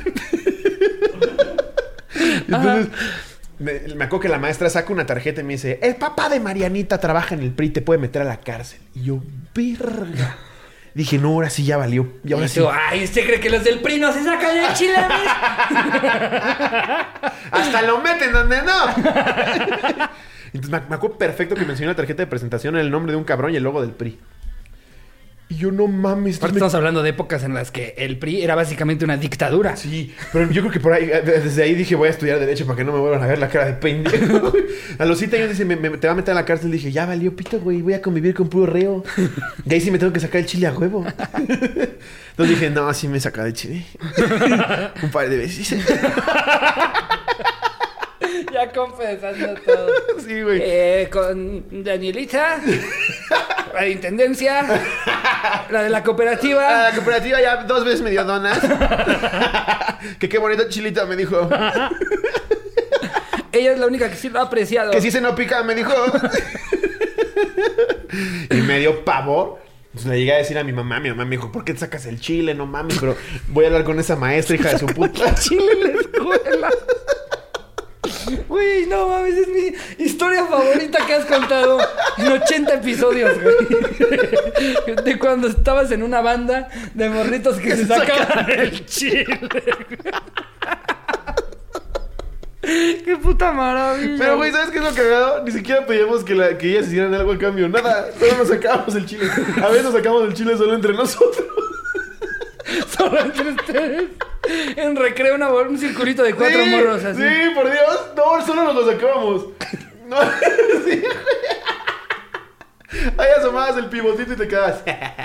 Entonces, me, me acuerdo que la maestra saca una tarjeta y me dice, el papá de Marianita trabaja en el P R I, te puede meter a la cárcel. Y yo, verga. Dije, no, ahora sí ya valió. Y ahora Y sí. tú, ay, ¿usted cree que los del P R I no se sacan el chile? Hasta lo meten donde no. Entonces me, me acuerdo perfecto que mencioné la tarjeta de presentación el nombre de un cabrón y el logo del P R I. Y yo, no mames. Aparte me... estamos hablando de épocas en las que el P R I era básicamente una dictadura. Sí, pero yo creo que por ahí, desde ahí dije, voy a estudiar Derecho para que no me vuelvan a ver la cara de pendejo. A los siete años dice, me, me, te va a meter a la cárcel. Dije, ya valió pito, güey, voy a convivir con puro reo. Y ahí sí me tengo que sacar el chile a huevo. Entonces dije, no, sí me saca de chile. Un par de veces. Ya confesando todo. Sí, güey. Eh, con Danielita, la de Intendencia, la de la cooperativa. A la cooperativa ya dos veces me dio donas. Que qué bonito chilito, me dijo. Ella es la única que sí lo ha apreciado. Que si se no pica, me dijo. Y me dio pavor. Pues le llegué a decir a mi mamá. Mi mamá me dijo, ¿por qué te sacas el chile? No mames, pero voy a hablar con esa maestra, hija de su puta. Chile en la escuela. Güey, no mames, es mi historia favorita que has contado en ochenta episodios, güey. De cuando estabas en una banda de morritos que se sacaban el chile. Qué puta maravilla. Pero, güey, ¿sabes qué es lo cagado? Ni siquiera pedíamos que, la, que ellas hicieran algo a cambio. Nada, solo nos sacábamos el chile. A veces nos sacamos el chile solo entre nosotros. Solo entre ustedes. En recreo, una, un circulito de cuatro sí, morros así. Sí, por Dios. No, solo nos lo sacábamos. No, sí. Ahí asomabas el pivotito y te quedabas.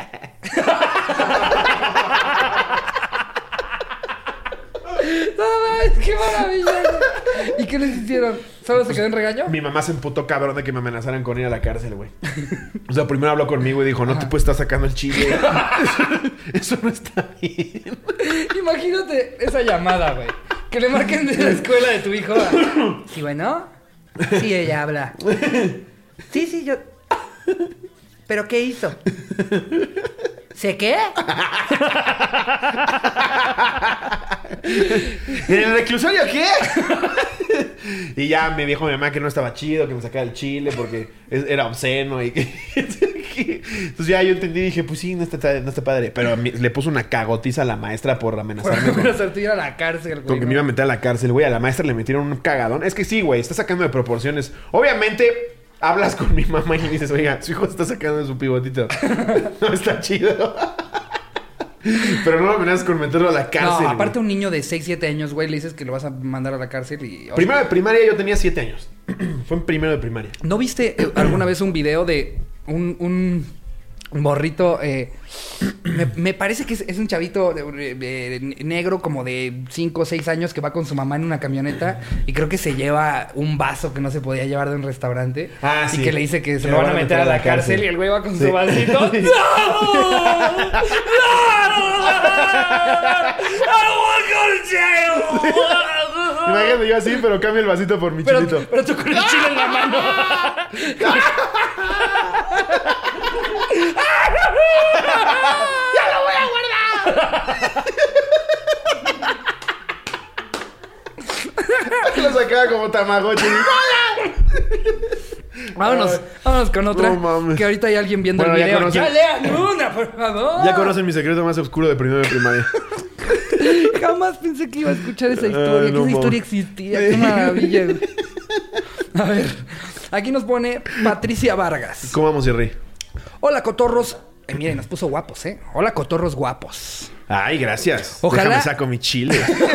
No mames, qué maravilla. ¿Y qué les hicieron? ¿Solo se quedó en regaño? Mi mamá se emputó cabrón de que me amenazaran con ir a la cárcel, güey. O sea, primero habló conmigo y dijo, no Ajá. te puedes estar sacando el chile. Eso no está bien. Imagínate esa llamada, güey. Que le marquen de la escuela de tu hijo. Sí, bueno. Sí, ella habla. Sí, sí, yo... ¿Pero qué hizo? ¿Sé qué? ¿En el reclusorio qué? Y ya me dijo mi mamá que no estaba chido, que me sacara el chile porque era obsceno y que... Entonces ya yo entendí y dije, pues sí, no está, no está padre. Pero le puso una cagotiza a la maestra por amenazarme. Por amenazarte ir a la cárcel, güey. Porque ¿no? me iba a meter a la cárcel, güey. A la maestra le metieron un cagadón. Es que sí, güey, está sacando de proporciones. Obviamente... Hablas con mi mamá y le dices, oiga, su hijo está sacando de su pivotito. No está chido. Pero no lo amenazas con meterlo a la cárcel. No, aparte güey. Un niño de seis, siete años, güey, le dices que lo vas a mandar a la cárcel y... Primero de primaria yo tenía siete años. Fue en primero de primaria. ¿No viste eh, alguna vez un video de un... un... morrito, eh, me, me parece que es, es un chavito de, de, de, negro como de cinco o seis años que va con su mamá en una camioneta y creo que se lleva un vaso que no se podía llevar de un restaurante ah, y sí. que le dice que se lo van a meter a la cárcel, cárcel y el güey va con sí. su vasito. ¡No! ¡No! Imagínate yo así, pero cambio el vasito por mi pero, chilito. Pero tú con el chile en la mano. ¡Ya lo voy a guardar! Lo sacaba como Tamagotchi. Vámonos, Ay, vámonos con otra. No mames. Que ahorita hay alguien viendo bueno, el video. Ya, ¡Ya lean una, por favor! Ya conocen mi secreto más oscuro de primero de primaria. Jamás pensé que iba a escuchar esa historia. Ay, no, que esa no. historia existía. ¡Qué maravilla! A ver, aquí nos pone Patricia Vargas. ¿Cómo vamos, Jerry? Hola, cotorros. Eh, miren, nos puso guapos, ¿eh? Hola, cotorros guapos. Ay, gracias. Ojalá... Déjame saco mi chile.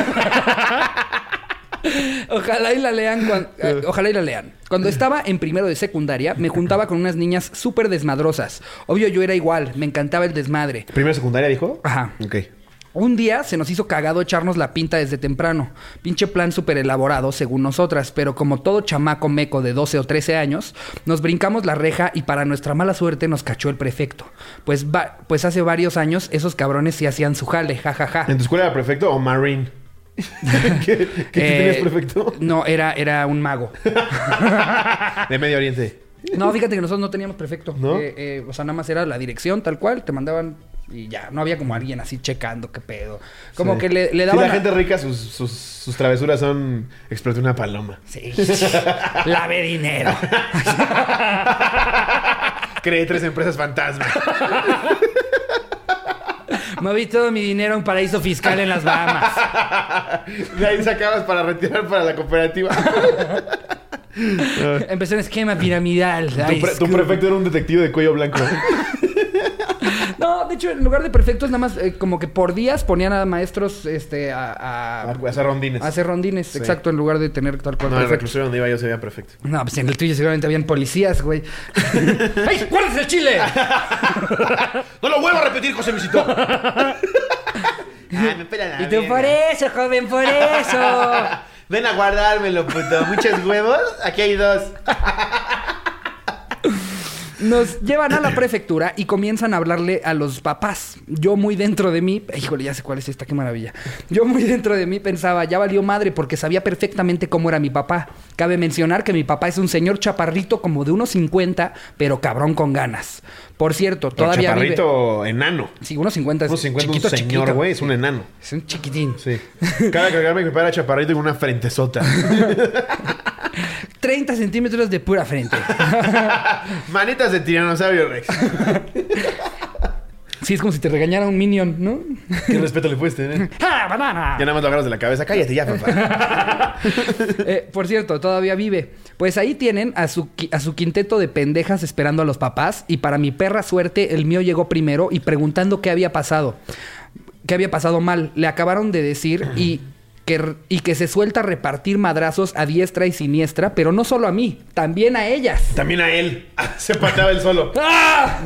Ojalá y la lean. Cuando, eh, ojalá y la lean. Cuando estaba en primero de secundaria, me juntaba con unas niñas súper desmadrosas. Obvio, yo era igual. Me encantaba el desmadre. ¿Primero de secundaria dijo? Ajá. Ok. Un día se nos hizo cagado echarnos la pinta desde temprano. Pinche plan súper elaborado según nosotras, pero como todo chamaco meco de doce o trece años, nos brincamos la reja y para nuestra mala suerte nos cachó el prefecto. Pues, va, pues hace varios años esos cabrones sí hacían su jale, jajaja. Ja, ja. ¿En tu escuela era prefecto o marine? ¿Qué, qué eh, tenías prefecto? No, era, era un mago. De Medio Oriente. No, fíjate que nosotros no teníamos prefecto. ¿No? Eh, eh, o sea, nada más era la dirección tal cual, te mandaban... Y ya, no había como alguien así checando qué pedo. Como sí. que le, le daban... Sí, la gente rica, sus, sus, sus travesuras son... Exploté una paloma. Sí. Lave dinero. Creé tres empresas fantasma. Moví todo mi dinero a un paraíso fiscal en las Bahamas. De ahí sacabas para retirar para la cooperativa. Empezó un esquema piramidal. Tu, pre tu prefecto era un detective de cuello blanco. No, No, de hecho, en lugar de prefectos, nada más eh, como que por días ponían a maestros este, a, a, A hacer rondines. a hacer rondines, Sí. exacto, en lugar de tener tal cual No, en el prefectos. reclusorio donde iba yo se veía perfecto. No, pues en el tuyo seguramente habían policías, güey. ¡Ay, guárdese el chile! ¡No lo vuelvo a repetir, José Luisito! Ay, me pela la Y tú, verga. por eso, joven, por eso. Ven a guardármelo, puto. ¿Muchos huevos? Aquí hay dos. Nos llevan a la prefectura y comienzan a hablarle a los papás. Yo muy dentro de mí... Híjole, ya sé cuál es esta, qué maravilla. Yo muy dentro de mí pensaba, ya valió madre porque sabía perfectamente cómo era mi papá. Cabe mencionar que mi papá es un señor chaparrito como de unos cincuenta, pero cabrón con ganas. Por cierto, Pero todavía chaparrito vive... enano. Sí, unos cincuenta. Unos cincuenta, chiquito, un señor, chiquito. güey. Es un enano. Es un chiquitín. Sí. Cada cargarme mi papá era chaparrito y con una frentezota. treinta centímetros de pura frente. Manitas de tiranosaurio Rex. Sí, es como si te regañara un minion, ¿no? ¿Qué respeto le puedes tener? ¡Ah, banana! Ya nada más lo agarras de la cabeza. Cállate ya, papá. Eh, por cierto, todavía vive. Pues ahí tienen a su, qui- a su quinteto de pendejas esperando a los papás. Y para mi perra suerte, el mío llegó primero y preguntando qué había pasado. Qué había pasado mal. Le acabaron de decir y que, r- y que se suelta a repartir madrazos a diestra y siniestra. Pero no solo a mí, también a ellas. También a él. Se pateaba él solo. ¡Ah!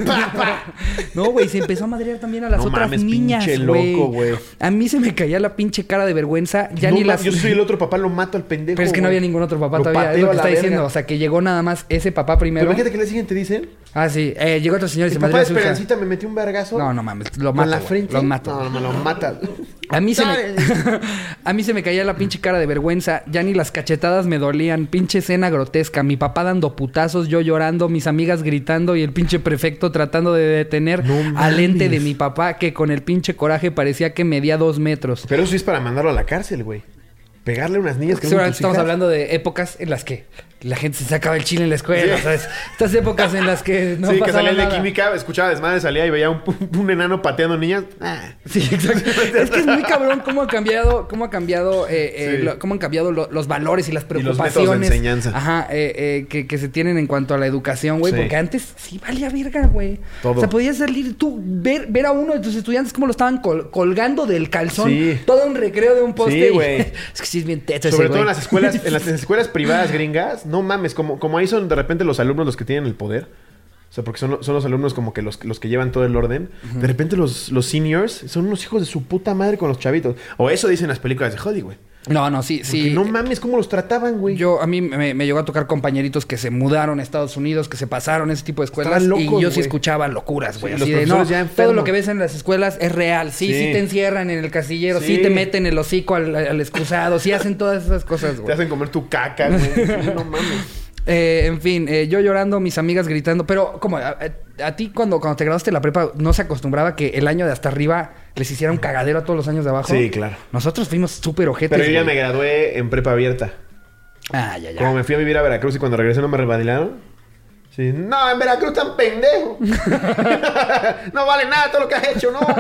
No, güey, se empezó a madrear también a las No otras mames, niñas, pinche güey. loco, güey. A mí se me caía la pinche cara de vergüenza. Ya No, ni ma- las... Yo soy el otro papá, lo mato al pendejo. Pero es que no güey. había ningún otro papá Lo todavía. Es pateo lo a que la está verga. diciendo. O sea, que llegó nada más ese papá Pero primero. imagínate que le siguen te dicen. Ah, sí. Eh, llegó otro señor y Mi se papá madreó de a su hija. Esperancita me metió un vergazo. No, no mames. Lo Con mato. la güey, frente. Lo mato. No, no, me lo mata. A mí se me... Dale. A mí se me caía la pinche cara de vergüenza. Ya ni las cachetadas me dolían. Pinche escena grotesca. Mi papá dando putazos, yo llorando, mis amigas gritando y el pinche prefecto tratando de detener No al ente de mames. mi papá que con el pinche coraje parecía que medía dos metros. Pero eso sí es para mandarlo a la cárcel, güey. Pegarle a unas niñas que no son Seguramente tus estamos hijas. hablando de épocas en las que la gente se sacaba el chile en la escuela, Sí. ¿sabes? Estas épocas en las que no sí, que pasaba salía el de nada. química, escuchaba desmadre, salía y veía un, un enano pateando niñas. Ah. Sí, exacto. Es que es muy cabrón cómo ha cambiado, cómo ha cambiado, eh, eh, Sí. lo- cómo han cambiado lo- los valores y las Y los preocupaciones. métodos de enseñanza. Ajá, eh, eh, que, que se tienen en cuanto a la educación, güey. Sí. Porque antes sí valía verga, güey. Todo. O sea, podías salir tú, ver, ver a uno de tus estudiantes cómo lo estaban col- colgando del calzón. Sí. Todo un recreo de un poste. Sí, y- güey. Es que sí es bien teto ese Sobre todo güey. en las escuelas, en las escuelas privadas gringas, no mames, como, como ahí son de repente los alumnos los que tienen el poder. O sea, porque son, son los alumnos como que los, los que llevan todo el orden. De repente los, los seniors son unos hijos de su puta madre con los chavitos. O eso dicen las películas de Hollywood. No, no, sí, Sí. sí. No mames, ¿cómo los trataban, güey? Yo, a mí me, me llegó a tocar compañeritos que se mudaron a Estados Unidos, que se pasaron ese tipo de escuelas. Estaban locos, y yo sí güey. escuchaba locuras, güey. Sí, así los de, no, profesores ya todo enfermos. lo que ves en las escuelas es real. Sí, sí, Sí. te encierran en el casillero, sí, Sí. te meten el hocico al, al excusado, sí hacen todas esas cosas, Te güey. hacen comer tu caca, güey. Sí, no mames. Eh, en fin, eh, yo llorando, mis amigas gritando. Pero, como a, a- a ti cuando, cuando te graduaste de la prepa, ¿no se acostumbraba que el año de hasta arriba les hiciera un cagadero a todos los años de abajo? Sí, claro. Nosotros fuimos súper ojetes, Pero yo ya güey. me gradué en prepa abierta. Ah, ya, ya. Como me fui a vivir a Veracruz y cuando regresé no me revalidaron. Sí, no, en Veracruz tan pendejo. No vale nada todo lo que has hecho, no.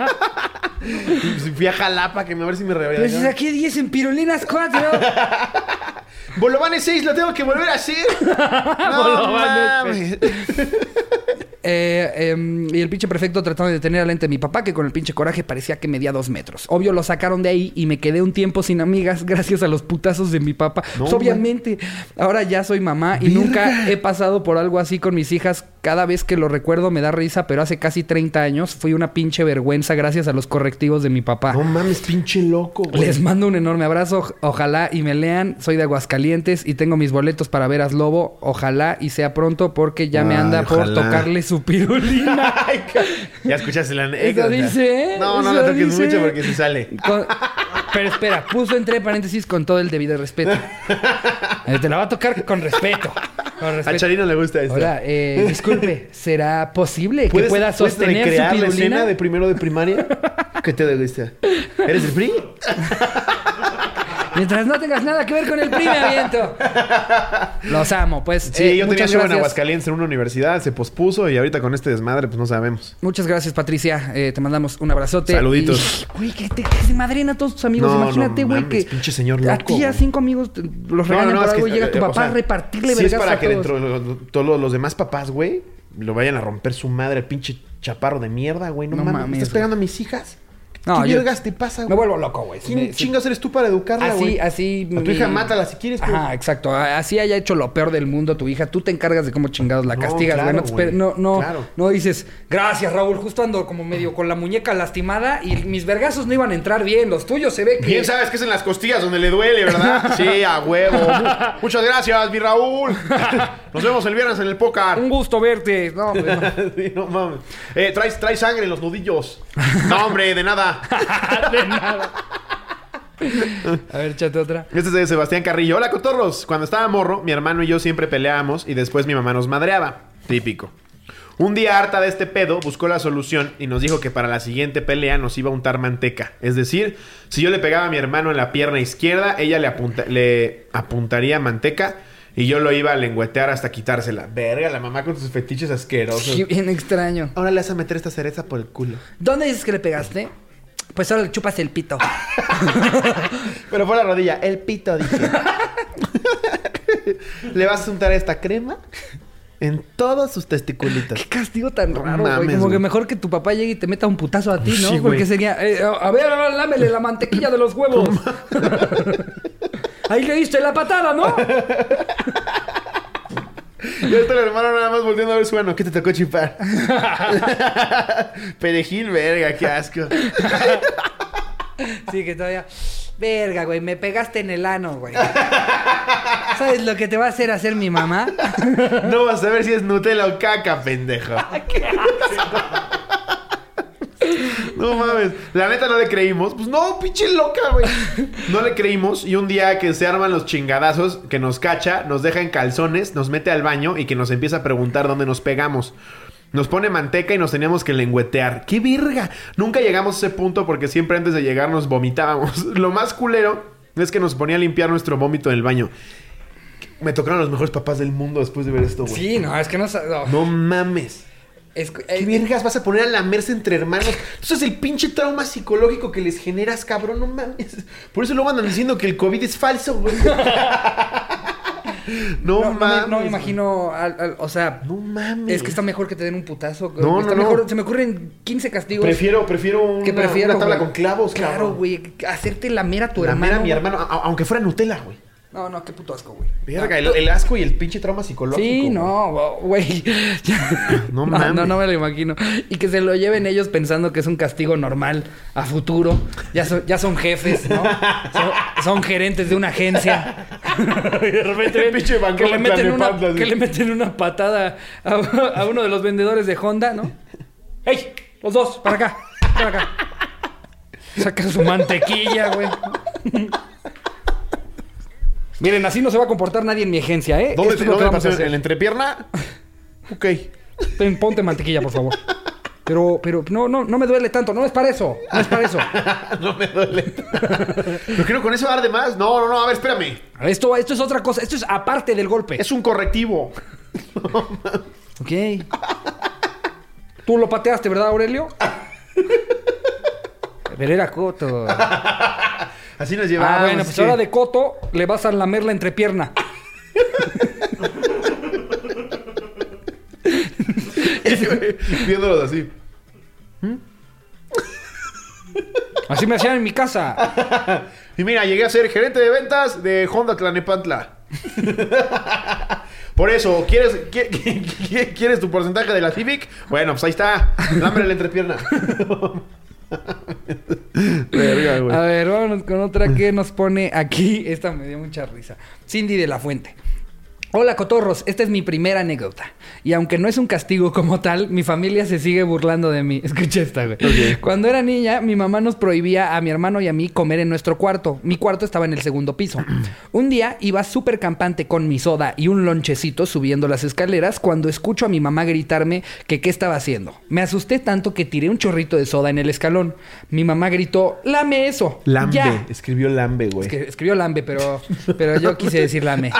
Y fui a Jalapa que me a ver si me Pero si revalidaron. saqué diez en pirolinas cuatro. Bolovanes seis, lo tengo que volver a hacer. No Bolovanes mames. Eh, eh, y el pinche prefecto tratando de detener al ente de mi papá, que con el pinche coraje parecía que medía dos metros. Obvio, lo sacaron de ahí y me quedé un tiempo sin amigas gracias a los putazos de mi papá. No, Pues, obviamente, ahora ya soy mamá y Verga. nunca he pasado por algo así con mis hijas. Cada vez que lo recuerdo me da risa, pero hace casi treinta años fui una pinche vergüenza gracias a los correctivos de mi papá. No mames, pinche loco, güey. Les mando un enorme abrazo. Ojalá y me lean. Soy de Aguascalientes y tengo mis boletos para ver a Slobo. Ojalá y sea pronto porque ya me Ay, anda por ojalá. tocarle su pirulina. Ay, ca- ya escuchaste la anécdota. dice, ¿eh? No, no Eso la toques dice. mucho porque se sale. Con- Pero espera, puso entre paréntesis con todo el debido respeto. Eh, Te la va a tocar con respeto. Con A respeto. Charino le gusta esto. Hola, eh, disculpe, ¿será posible que ¿Puedes, pueda ¿puedes sostener su recrear la pirulina? escena de primero de primaria? ¿Qué te gusta? ¿Eres del P R I? Mientras no tengas nada que ver con el prime aviento. Los amo, pues. Sí, eh, yo tenía muchas show en gracias. Aguascalientes en una universidad, se pospuso y ahorita con este desmadre pues no sabemos. Muchas gracias, Patricia. Eh, te mandamos un abrazote. Saluditos. Y, güey, que te, que se madren a todos tus amigos. No, Imagínate, no güey, mames, que pinche señor a loco, ti, a güey. cinco amigos, te- los regañan por es algo que, y llega tu eh, papá o sea, a repartirle sí es vergas para a que todos. dentro de los, todos los demás papás, güey, lo vayan a romper su madre, el pinche chaparro de mierda, güey. No, No mames. mames, ¿Estás güey. pegando a mis hijas? No, ¿Qué yo- vergas te pasa, güey? Me vuelvo loco, güey. ¿Quién Sí, sí. chingas eres tú para educarla, Así, güey? así. A tu hija mátala si quieres, güey. Ajá, exacto. Así haya hecho lo peor del mundo tu hija. Tú te encargas de cómo chingados la No, castigas, güey. claro, no, te esper- güey. no, no, Claro. no dices, gracias, Raúl. Justo ando como medio con la muñeca lastimada y mis vergazos no iban a entrar bien. Los tuyos se ve que. Bien sabes que es en las costillas donde le duele, ¿verdad? Sí, a huevo. Mu- Muchas gracias, mi Raúl. Nos vemos el viernes en el póker. Un gusto verte. No, pues no. Sí, no mames. Eh, traes, traes sangre en los nudillos. No, hombre, de nada. De nada. A ver, échate otra. Este es de Sebastián Carrillo. Hola, cotorros. Cuando estaba morro, mi hermano y yo siempre peleábamos y después mi mamá nos madreaba. Típico. Un día, harta de este pedo, buscó la solución y nos dijo que para la siguiente pelea nos iba a untar manteca. Es decir, si yo le pegaba a mi hermano en la pierna izquierda, ella le, apunta- le apuntaría manteca y yo lo iba a lengüetear hasta quitársela. Verga, la mamá con sus fetiches asquerosos. Qué bien extraño. Ahora le vas a meter esta cereza por el culo. ¿Dónde dices que le pegaste? Pues ahora le chupas el pito. Pero fue la rodilla. El pito, dije. Le vas a untar esta crema en todos sus testiculitos. Qué castigo tan No raro, güey. mames, Como que güey. mejor que tu papá llegue y te meta un putazo a ti, ¿no? Sí, güey. Porque sería, eh, a ver, ahora lámele la mantequilla de los huevos. Ahí le diste la patada, ¿no? Y está el hermano nada más volviendo a ver su mano. ¿Qué te tocó chipar? Perejil, verga, qué asco. Sí, que todavía... Verga, güey, me pegaste en el ano, güey. ¿Sabes lo que te va a hacer hacer mi mamá? No vas a ver si es Nutella o caca, pendejo. No mames. La neta no le creímos. Pues no, pinche loca, güey. No le creímos. Y un día que se arman los chingadazos, que nos cacha, nos deja en calzones, nos mete al baño y que nos empieza a preguntar dónde nos pegamos. Nos pone manteca y nos teníamos que lengüetear. ¡Qué verga! Nunca llegamos a ese punto porque siempre antes de llegar nos vomitábamos. Lo más culero es que nos ponía a limpiar nuestro vómito en el baño. Me tocaron los mejores papás del mundo después de ver esto, güey. Sí, no, es que no... sa- no. No mames. Es, ¿Qué eh, vergas vas a poner a lamerse entre hermanos? Eso es el pinche trauma psicológico que les generas, cabrón. No mames. Por eso luego andan diciendo que el COVID es falso, güey. No, no, no me- mames. no me imagino... al- al- o sea... No mames. Es que está mejor que te den un putazo. No, Está no, no. mejor- Se me ocurren quince castigos. Prefiero, prefiero una, que prefiero, una tabla güey. con clavos, Claro, cabrón. güey. Hacerte lamer a tu Lamer hermano. a mi güey. hermano, a- aunque fuera Nutella, güey. No, no, qué puto asco, güey. Verga, el, el asco y el pinche trauma psicológico. Sí, güey. no, güey. No no, mames. no, no me lo imagino. Y que se lo lleven ellos pensando que es un castigo normal a futuro. Ya son, ya son jefes, ¿no? Son, son gerentes de una agencia. Y de repente ven Pinche Van que, Gogh le en meten una, Tlalnepantla, que así. le meten una patada a, a uno de los vendedores de Honda, ¿no? ¡Ey! Los dos, para acá, para acá. Saca su mantequilla, güey. Miren, así no se va a comportar nadie en mi agencia, ¿eh? ¿Dónde Esto te es lo que dónde vamos a pasó? hacer. ¿En la entrepierna? Ok. Ten, ponte mantequilla, por favor. Pero, pero, no, no, no me duele tanto. No es para eso. No es para eso. No me duele. ¿Pero quiero con eso arde más? No, no, no. A ver, espérame. Esto, esto es otra cosa. Esto es aparte del golpe. Es un correctivo. Ok. Tú lo pateaste, ¿verdad, Aurelio? Pero era Coto. Así nos llevamos. Ah, bueno, pues sí. ahora de Coto le vas a lamer la entrepierna. Viéndolos así. Así me hacían en mi casa. Y mira, llegué a ser gerente de ventas de Honda Tlalnepantla. Por eso, ¿quieres, qui- qui- qui- ¿quieres tu porcentaje de la Civic? Bueno, pues ahí está. Lámbre la entrepierna. Verga, güey. A ver, vámonos con otra que nos pone aquí. Esta me dio mucha risa. Cindy de la Fuente. Hola, cotorros. Esta es mi primera anécdota. Y aunque no es un castigo como tal, mi familia se sigue burlando de mí. Escucha esta, güey. Ok. Cuando era niña, mi mamá nos prohibía a mi hermano y a mí comer en nuestro cuarto. Mi cuarto estaba en el segundo piso. Un día iba súper campante con mi soda y un lonchecito subiendo las escaleras cuando escucho a mi mamá gritarme que qué estaba haciendo. Me asusté tanto que tiré un chorrito de soda en el escalón. Mi mamá gritó, ¡lame eso! Lambe. ¡Ya! Escribió Lambe, güey. Es que escribió lambe, pero, pero yo quise decir lame.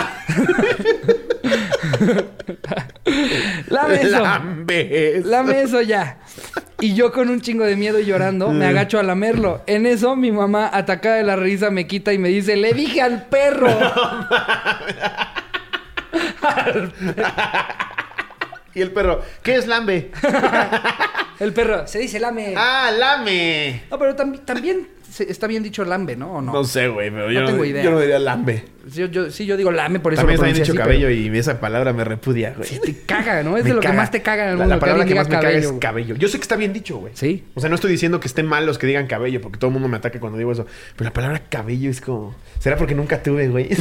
Lame eso. Lambe. Lame eso ya. Y yo con un chingo de miedo y llorando me agacho a lamerlo. En eso mi mamá, atacada de la risa, me quita y me dice, le dije al perro. Al perro. Y el perro, ¿qué es lambe? El perro, se dice lame. ¡Ah, lame! No, pero tam- también se- está bien dicho lambe, ¿no? ¿O no? No sé, güey, pero yo No no, tengo idea. yo no diría lambe. Yo, yo, sí, yo digo lame, por eso También lo está bien pronuncié dicho así, cabello pero- y esa palabra me repudia, güey. Sí, te caga, ¿no? Es Me de lo caga. que más te caga en el La, mundo. la palabra que alguien más me diga caga es cabello. cabello. Yo sé que está bien dicho, güey. Sí. O sea, no estoy diciendo que estén mal los que digan cabello, porque todo el mundo me ataca cuando digo eso. Pero la palabra cabello es como... ¿Será porque nunca tuve, güey?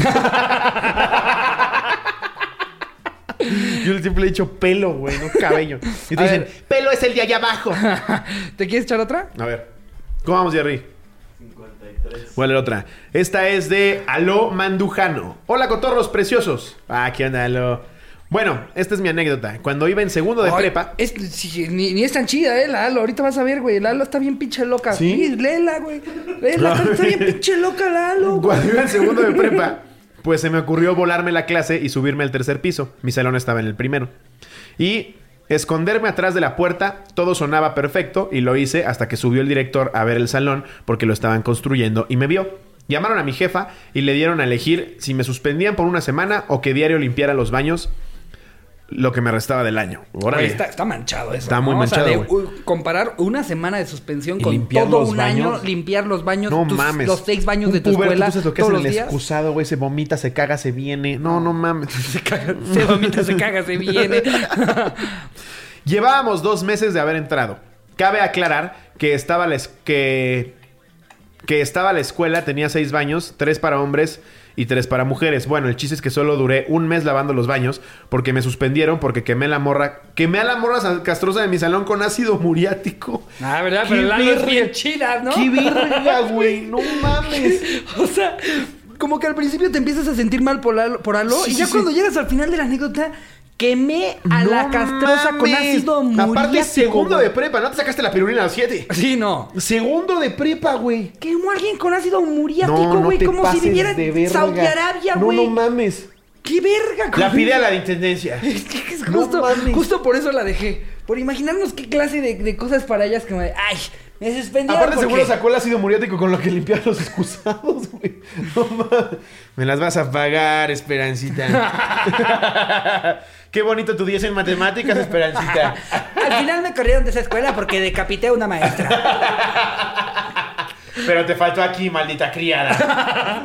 Yo siempre le he dicho pelo, güey, no cabello. Y te A dicen, ver. pelo es el de allá abajo. ¿Te quieres echar otra? A ver. ¿Cómo vamos, Jerry? cincuenta y tres. ¿Cuál es la otra? Esta es de Aló Mandujano. Hola, cotorros preciosos. Ah, ¿qué onda, Aló? Bueno, esta es mi anécdota. Cuando iba en segundo de Ay, prepa... Es, sí, ni, ni es tan chida, ¿eh? La Lalo. Ahorita vas a ver, güey. La Lalo está bien pinche loca. ¿Sí? Léela, güey. Léela. Está, está bien pinche loca la Lalo, güey. Cuando iba en segundo de prepa, pues se me ocurrió volarme la clase y subirme al tercer piso. Mi salón estaba en el primero. Y esconderme atrás de la puerta. Todo sonaba perfecto y lo hice hasta que subió el director a ver el salón porque lo estaban construyendo y me vio. Llamaron a mi jefa y le dieron a elegir si me suspendían por una semana o que diario limpiara los baños lo que me restaba del año. Órale. Güey, está, está manchado eso. Está muy ¿no? manchado, O sea, de, güey. u- comparar una semana de suspensión ¿Y con limpiar todo los un baños? año, limpiar los baños, No tus- mames. los seis baños Un de tu puberto, escuela, ¿tú sabes lo que todos es los el días. excusado, güey? Se vomita, se caga, se viene. No, no mames. Se caga, se vomita, se caga, se viene. Llevábamos dos meses de haber entrado. Cabe aclarar que estaba la, es- que, que estaba la escuela, tenía seis baños, tres para hombres y tres para mujeres. Bueno, el chiste es que solo duré un mes lavando los baños porque me suspendieron porque quemé la morra, quemé a la morra sa- castrosa de mi salón con ácido muriático. Ah, ¿verdad? ¡Qué Pero la Lalo es verga! bien chida, ¿no? ¡Qué verga, güey! ¡No mames! O sea, como que al principio te empiezas a sentir mal por, Lalo- por Aló Sí, y ya sí, cuando sí. llegas al final de la anécdota, quemé a ¡No la castrosa con mames! ácido muriático. Aparte, segundo güey. de prepa. ¿No te sacaste la pirulina a los siete? Sí, no. Segundo de prepa, güey. Quemó a alguien con ácido No, muriático, no güey. te como si pases viviera de en verga. Saudi Arabia, No, güey. no mames. ¡Qué verga! La con pide a eso! la de intendencia. Es que es No justo, mames. justo por eso la dejé. Por imaginarnos qué clase de, de cosas para ellas como de, ay, me suspendieron Aparte, porque... seguro sacó el ácido muriático con lo que limpiaba los excusados, güey. No mames. Me las vas a pagar, Esperancita. Qué bonito tu diez en matemáticas, Esperancita. Al final me corrieron de esa escuela porque decapité a una maestra. Pero te faltó aquí, maldita criada.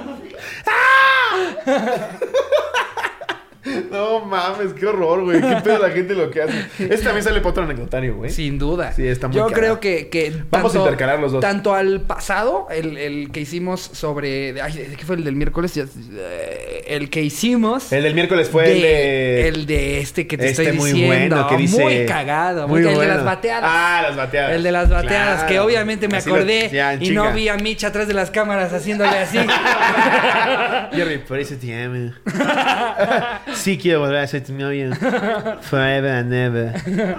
No mames, qué horror, güey. Qué pedo la gente lo que hace. Este también sale para otro anecdotario, güey. Sin duda. Sí, está muy Yo cagado. creo que, que Vamos a intercalar los dos. Tanto al pasado, el, el que hicimos sobre... Ay, ¿de qué fue el del miércoles? Ya- eh, El que hicimos... El del miércoles fue el de... El de este que te Este estoy muy diciendo. bueno, que dice... Muy cagado. Muy, Muy el bueno. de las bateadas. Ah, las bateadas. El de las bateadas, Claro. que obviamente me Así lo- acordé ya, en y chinga. no vi a Mitch atrás de las cámaras haciéndole así. Jerry, por eso te amo. Sí quiero volver a ser tu novio. Forever and ever.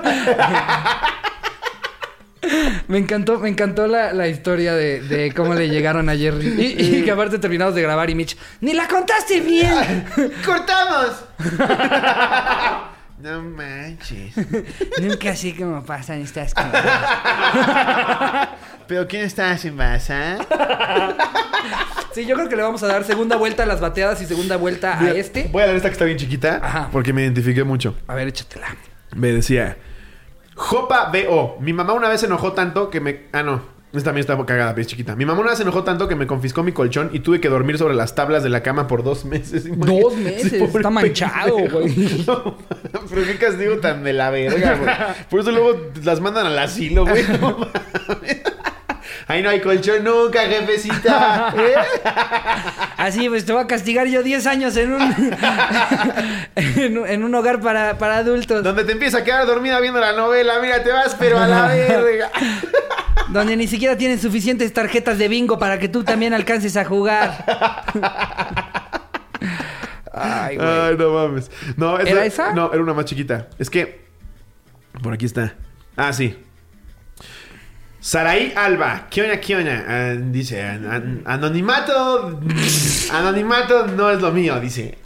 Me encantó, me encantó la, la historia de, de cómo le llegaron a Jerry. Y, y que aparte terminamos de grabar y Mitch, ¡ni la contaste bien! ¡Cortamos! No manches. Nunca así como pasan estas cosas. ¿Pero quién está sin masa? Sí, yo creo que le vamos a dar segunda vuelta a las bateadas y segunda vuelta a este. Voy a dar esta que está bien chiquita. Ajá. Porque me identifiqué mucho. A ver, échatela. Me decía... Jopa B O. Mi mamá una vez se enojó tanto que me... Ah, no. Esta también está cagada, bien chiquita. Mi mamá una vez se enojó tanto que me confiscó mi colchón y tuve que dormir sobre las tablas de la cama por dos meses. Imagínate. Dos meses, Sí, pobre está manchado, pendejo. güey. No, pero qué castigo tan de la verga, güey. Por eso luego las mandan al asilo, güey. No mames. Ahí no hay colchón nunca, jefecita. ¿Eh? Así, pues te voy a castigar yo diez años en un... en, un en un hogar para, para adultos. Donde te empieza a quedar dormida viendo la novela. Mira, te vas, pero a la verga. Donde ni siquiera tienen suficientes tarjetas de bingo para que tú también alcances a jugar. Ay, güey. Ay, no mames. No, esa, ¿Era esa? No, era una más chiquita. Es que... Por aquí está. Ah, sí. Saraí Alba. ¿Qué onda, qué onda? Ah, dice, an- an- anonimato... Anonimato no es lo mío, dice.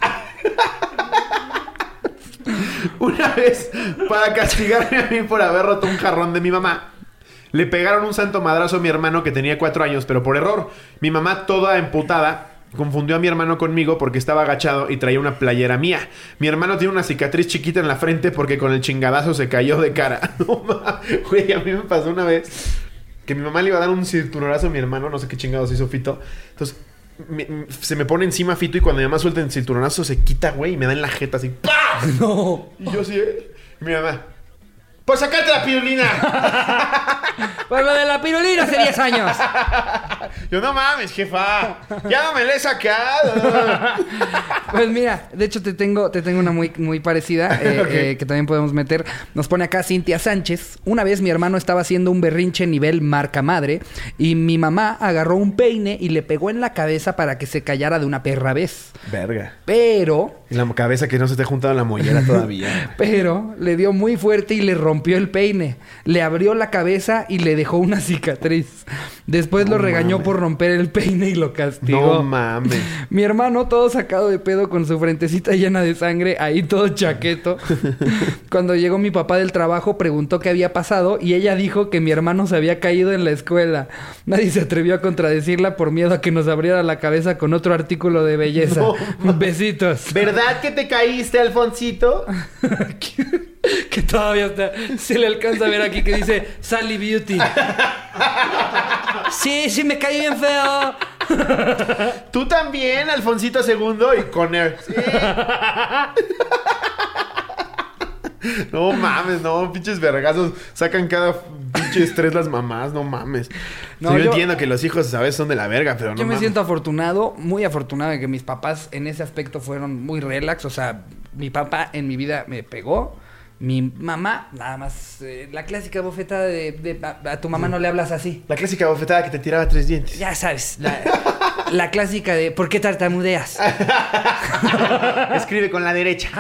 Una vez, para castigarme a mí por haber roto un jarrón de mi mamá, le pegaron un santo madrazo a mi hermano que tenía cuatro años, pero por error. Mi mamá, toda emputada, confundió a mi hermano conmigo porque estaba agachado y traía una playera mía. Mi hermano tiene una cicatriz chiquita en la frente porque con el chingadazo se cayó de cara. No mames, güey, a mí me pasó una vez que mi mamá le iba a dar un cinturonazo a mi hermano, no sé qué chingados hizo Fito. Entonces, me, me, se me pone encima Fito y cuando mi mamá suelta el cinturonazo se quita, güey, y me da en la jeta así. ¡Pah! No. Y yo así, ¿eh? Mi mamá, ¡pues sacate la pirulina! Pues lo de la pirulina hace diez años. Yo, no mames, jefa. Ya no me la he sacado. Pues mira, de hecho te tengo, te tengo una muy, muy parecida eh, Okay. eh, que también podemos meter. Nos pone acá Cintia Sánchez. Una vez mi hermano estaba haciendo un berrinche nivel marca madre y mi mamá agarró un peine y le pegó en la cabeza para que se callara de una perra vez. Verga. Pero... Y la cabeza que no se te ha juntado en la mollera todavía. Pero le dio muy fuerte y le rompió el peine. Le abrió la cabeza y le dejó una cicatriz. Después No lo regañó mames. por romper el peine y lo castigó. No mames. Mi hermano todo sacado de pedo con su frentecita llena de sangre, ahí todo chaqueto. Cuando llegó mi papá del trabajo preguntó qué había pasado y ella dijo que mi hermano se había caído en la escuela. Nadie se atrevió a contradecirla por miedo a que nos abriera la cabeza con otro artículo de belleza. No. Besitos. ¿Verdad que te caíste, Alfonsito? que, que todavía está, se le alcanza a ver aquí que dice Sally Beauty. Sí, sí, me caí bien feo. Tú también, Alfonsito segundo y Conner. Sí. No mames, no, pinches vergazos. Sacan cada pinche estrés las mamás, no mames. No, No, yo, yo- entiendo que los hijos a veces son de la verga, pero no Yo me mames. siento afortunado, muy afortunado de que mis papás en ese aspecto fueron muy relax. O sea, mi papá en mi vida me pegó. Mi mamá, nada más, eh, la clásica bofetada de, de a, a tu mamá no le hablas así. La clásica bofetada que te tiraba tres dientes. Ya sabes, la, la clásica de ¿por qué tartamudeas? Escribe con la derecha.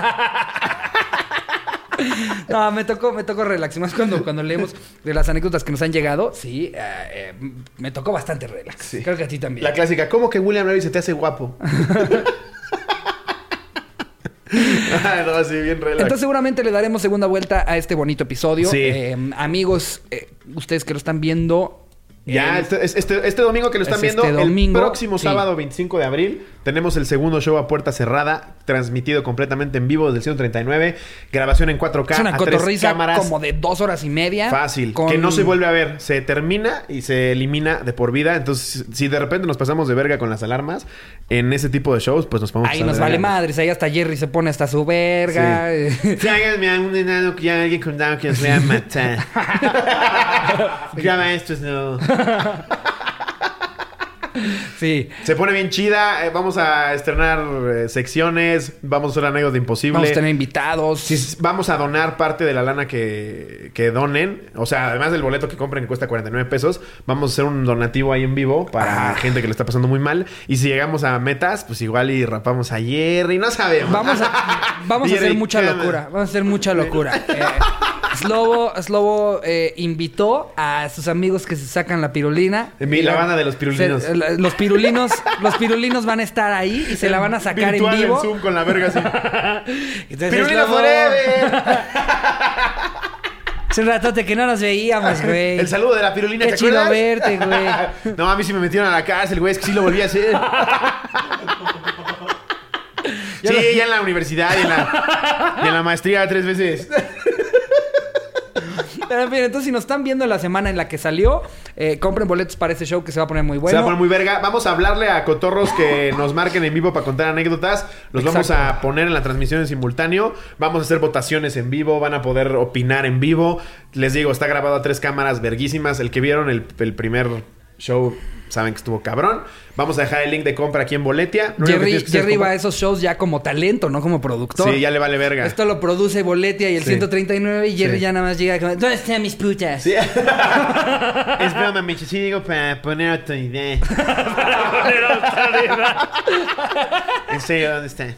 No, me tocó, me tocó relax. Y más cuando, cuando leemos de las anécdotas que nos han llegado, sí, eh, eh, me tocó bastante relax. Sí. Creo que a ti también. La clásica, ¿cómo que William Levy se te hace guapo? Ah, no, sí, bien relax. Entonces seguramente le daremos segunda vuelta a este bonito episodio. Sí. Eh, amigos, eh, ustedes que lo están viendo... Ya, eh, este, este, este domingo que lo están es viendo, este domingo, el próximo sí. sábado veinticinco de abril, tenemos el segundo show a puerta cerrada, transmitido completamente en vivo desde el ciento treinta y nueve, grabación en cuatro K, es una a tres cotorriza cámaras. como de dos horas y media. Fácil, con- que no se vuelve a ver, se termina y se elimina de por vida. Entonces, si de repente nos pasamos de verga con las alarmas, en ese tipo de shows, pues nos podemos Ahí pasar nos de vale verga. madres. Ahí hasta Jerry se pone hasta su verga. Tráiganme a un enano que ya alguien con Down que nos vaya a matar. Graba estos, no. Sí. Se pone bien chida. eh, vamos a estrenar eh, secciones. Vamos a hacer anécdota imposible. Vamos a tener invitados. Sí, vamos a donar parte de la lana que, que donen. O sea, además del boleto que compren que cuesta cuarenta y nueve pesos, vamos a hacer un donativo ahí en vivo para Ajá. gente que le está pasando muy mal. Y si llegamos a metas, pues igual y rapamos a Jerry. No sabemos. Vamos a, vamos a hacer Jerry mucha Cama. locura. Vamos a hacer mucha locura. Eh, Slobo, Slobo eh, invitó a sus amigos que se sacan la pirulina. Mi- la banda de los pirulinos. Se- la- los pirulinos, los pirulinos van a estar ahí y se la van a sacar Virtual en vivo. Zoom con la verga así. Entonces, ¡Pirulina Slobo, forever! hace un ratote que no nos veíamos, güey. El saludo de la pirulina, Qué ¿te chido acuerdas? verte, güey. No, a mí sí me metieron a la cárcel, güey. Es que sí lo volví a hacer. Yo Sí, lo- ya en la universidad y en la, y en la maestría tres veces. Pero en fin, entonces si nos están viendo en la semana en la que salió, eh, compren boletos para ese show que se va a poner muy bueno. Se va a poner muy verga. Vamos a hablarle a cotorros que nos marquen en vivo para contar anécdotas. Los vamos Exacto. a poner en la transmisión en simultáneo. Vamos a hacer votaciones en vivo. Van a poder opinar en vivo. Les digo, está grabado a tres cámaras verguísimas. El que vieron el, el primer show saben que estuvo cabrón. Vamos a dejar el link de compra aquí en Boletia. Lo único que Jerry, tienes que hacer es Jerry va a comprar- esos shows ya como talento, no como productor. Sí, ya le vale verga. Esto lo produce Boletia y el Sí. ciento treinta y nueve y Jerry Sí. ya nada más llega como, ¿dónde están mis putas? Sí. Es broma, Micho. Sí digo para poner autoridad. En serio, ¿dónde está?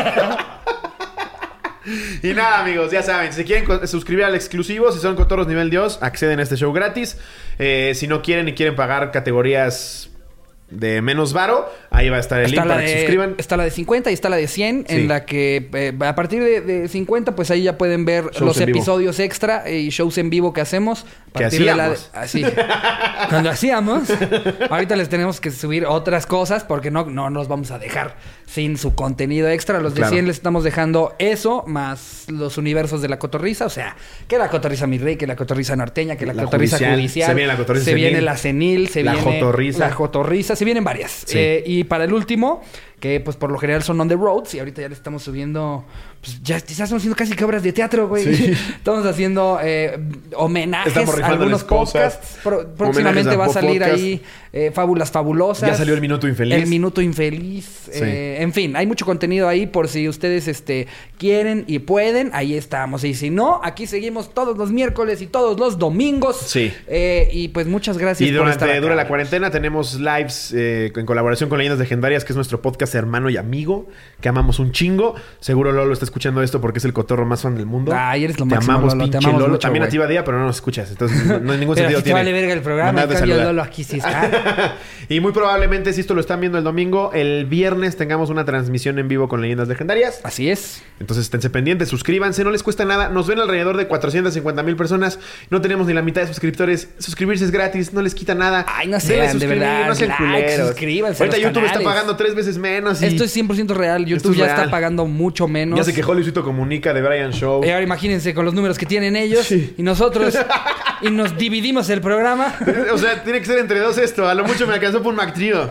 Y nada, amigos, ya saben, si se quieren co- suscribir al exclusivo, si son cotorros nivel Dios, acceden a este show gratis. Eh, si no quieren y quieren pagar categorías de menos varo, ahí va a estar el Está link la para que de- se suscriban. Está la de cincuenta y está la de cien, Sí. en la que eh, a partir de, de cincuenta, pues ahí ya pueden ver Shows los en vivo. episodios extra y shows en vivo que hacemos. A Que partir de la de- hacíamos. así. Cuando hacíamos. Ahorita les tenemos que subir otras cosas porque no, no nos vamos a dejar sin su contenido extra. Los de Claro. cien les estamos dejando eso, más los universos de la cotorriza. O sea, que la cotorriza mi rey, que la cotorriza norteña, que la, La cotorriza judicial. judicial. Se viene la cotorriza Se senil. viene la senil, se La viene jotorriza. la jotorriza, se vienen varias. Sí. Eh, y para el último, que pues por lo general son on the roads, y ahorita ya le estamos subiendo, pues ya, ya estamos haciendo casi que obras de teatro, güey. Sí. Estamos haciendo eh, homenajes Estamos a rifándoles algunos cosas. podcasts. Pro- próximamente Homenajes a va a salir podcast. ahí eh, Fábulas Fabulosas. Ya salió El Minuto Infeliz. El Minuto Infeliz. Sí. Eh, en fin, hay mucho contenido ahí por si ustedes este, quieren y pueden. Ahí estamos. Y si no, aquí seguimos todos los miércoles y todos los domingos. Sí. Eh, y pues muchas gracias Y por estar durante acá. dura la cuarentena tenemos lives eh, en colaboración con Leyendas Legendarias, que es nuestro podcast hermano y amigo, que amamos un chingo. Seguro Lolo está escuchando esto porque es el cotorro más fan del mundo. Ay, eres lo te máximo, amamos, Lolo, te pinche amamos Lolo. mucho, También a güey. ti Badía, pero no nos escuchas. Entonces no, no hay ningún Pero sentido aquí te tiene. vale verga el programa. En Mandarte cambio, saludar. Lolo aquí sí está. Y muy probablemente, si esto lo están viendo el domingo, el viernes tengamos una transmisión en vivo con Leyendas Legendarias. Así es. Entonces esténse pendientes, suscríbanse, no les cuesta nada. Nos ven alrededor de cuatrocientas cincuenta mil personas. No tenemos ni la mitad de suscriptores. Suscribirse es gratis, no les quita nada. Ay, no Denle sean, de suscribir, verdad, no sean like, culeros. suscríbanse a Ahorita los YouTube está canales. pagando tres veces menos. Y Esto es cien por ciento real. Esto YouTube es ya real. está pagando mucho menos. Ya se quejó Luisito Comunica de Brian Show. Y ahora imagínense con los números que tienen ellos Sí. y nosotros. Y nos dividimos el programa. O sea, tiene que ser entre dos esto. A lo mucho me alcanzó por un Mac Trio.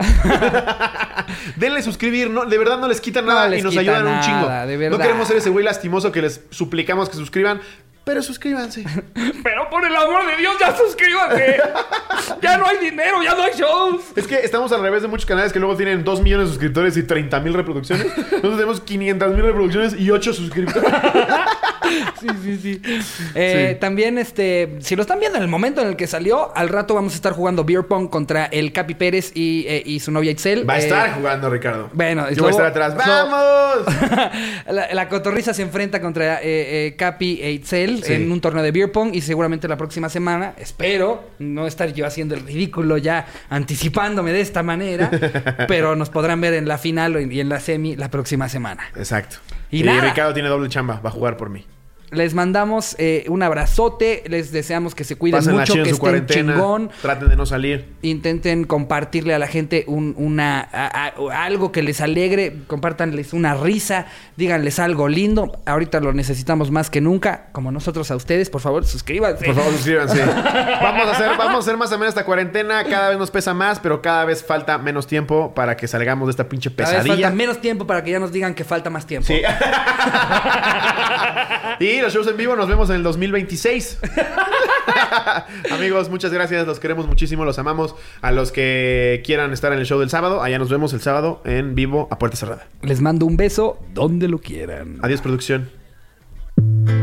Denle suscribir. No, de verdad no les quita nada No les y nos quita ayudan un nada, chingo. de verdad. No queremos ser ese güey lastimoso que les suplicamos que suscriban. Pero suscríbanse. Pero por el amor de Dios, ya suscríbanse. Ya no hay dinero, ya no hay shows. Es que estamos al revés de muchos canales que luego tienen dos millones de suscriptores y treinta mil reproducciones. Nosotros tenemos quinientas mil reproducciones y ocho suscriptores. Sí, sí, sí. Eh, Sí. También, este, si lo están viendo en el momento en el que salió, al rato vamos a estar jugando Beer Pong contra el Capi Pérez y, eh, y su novia Itzel. Va a Eh, estar jugando, Ricardo. Bueno, yo voy a estar atrás. ¡Vamos! la, la cotorriza se enfrenta contra eh, eh, Capi e Itzel Sí. en un torneo de beer pong y seguramente la próxima semana, espero no estar yo haciendo el ridículo ya anticipándome de esta manera, pero nos podrán ver en la final o en- y en la semi la próxima semana. Exacto. Y Y, nada. Ricardo tiene doble chamba. Va a jugar por mí. Les mandamos eh, un abrazote, les deseamos que se cuiden Pásenla mucho, chido que en su estén cuarentena. chingón. Traten de no salir. Intenten compartirle a la gente un, una, a- a- algo que les alegre, compártanles una risa, díganles algo lindo. Ahorita lo necesitamos más que nunca, como nosotros a ustedes. Por favor, suscríbanse. Por favor, suscríbanse. vamos, a hacer, vamos a hacer más o menos esta cuarentena. Cada vez nos pesa más, pero cada vez falta menos tiempo para que salgamos de esta pinche Cada vez pesadilla. falta menos tiempo para que ya nos digan que falta más tiempo. Sí. Y los shows en vivo nos vemos en el dos mil veintiséis. Amigos, muchas gracias. Los queremos muchísimo, los amamos. A los que quieran estar en el show del sábado, allá nos vemos el sábado en vivo a puerta cerrada. Les mando un beso donde lo quieran. Adiós, producción.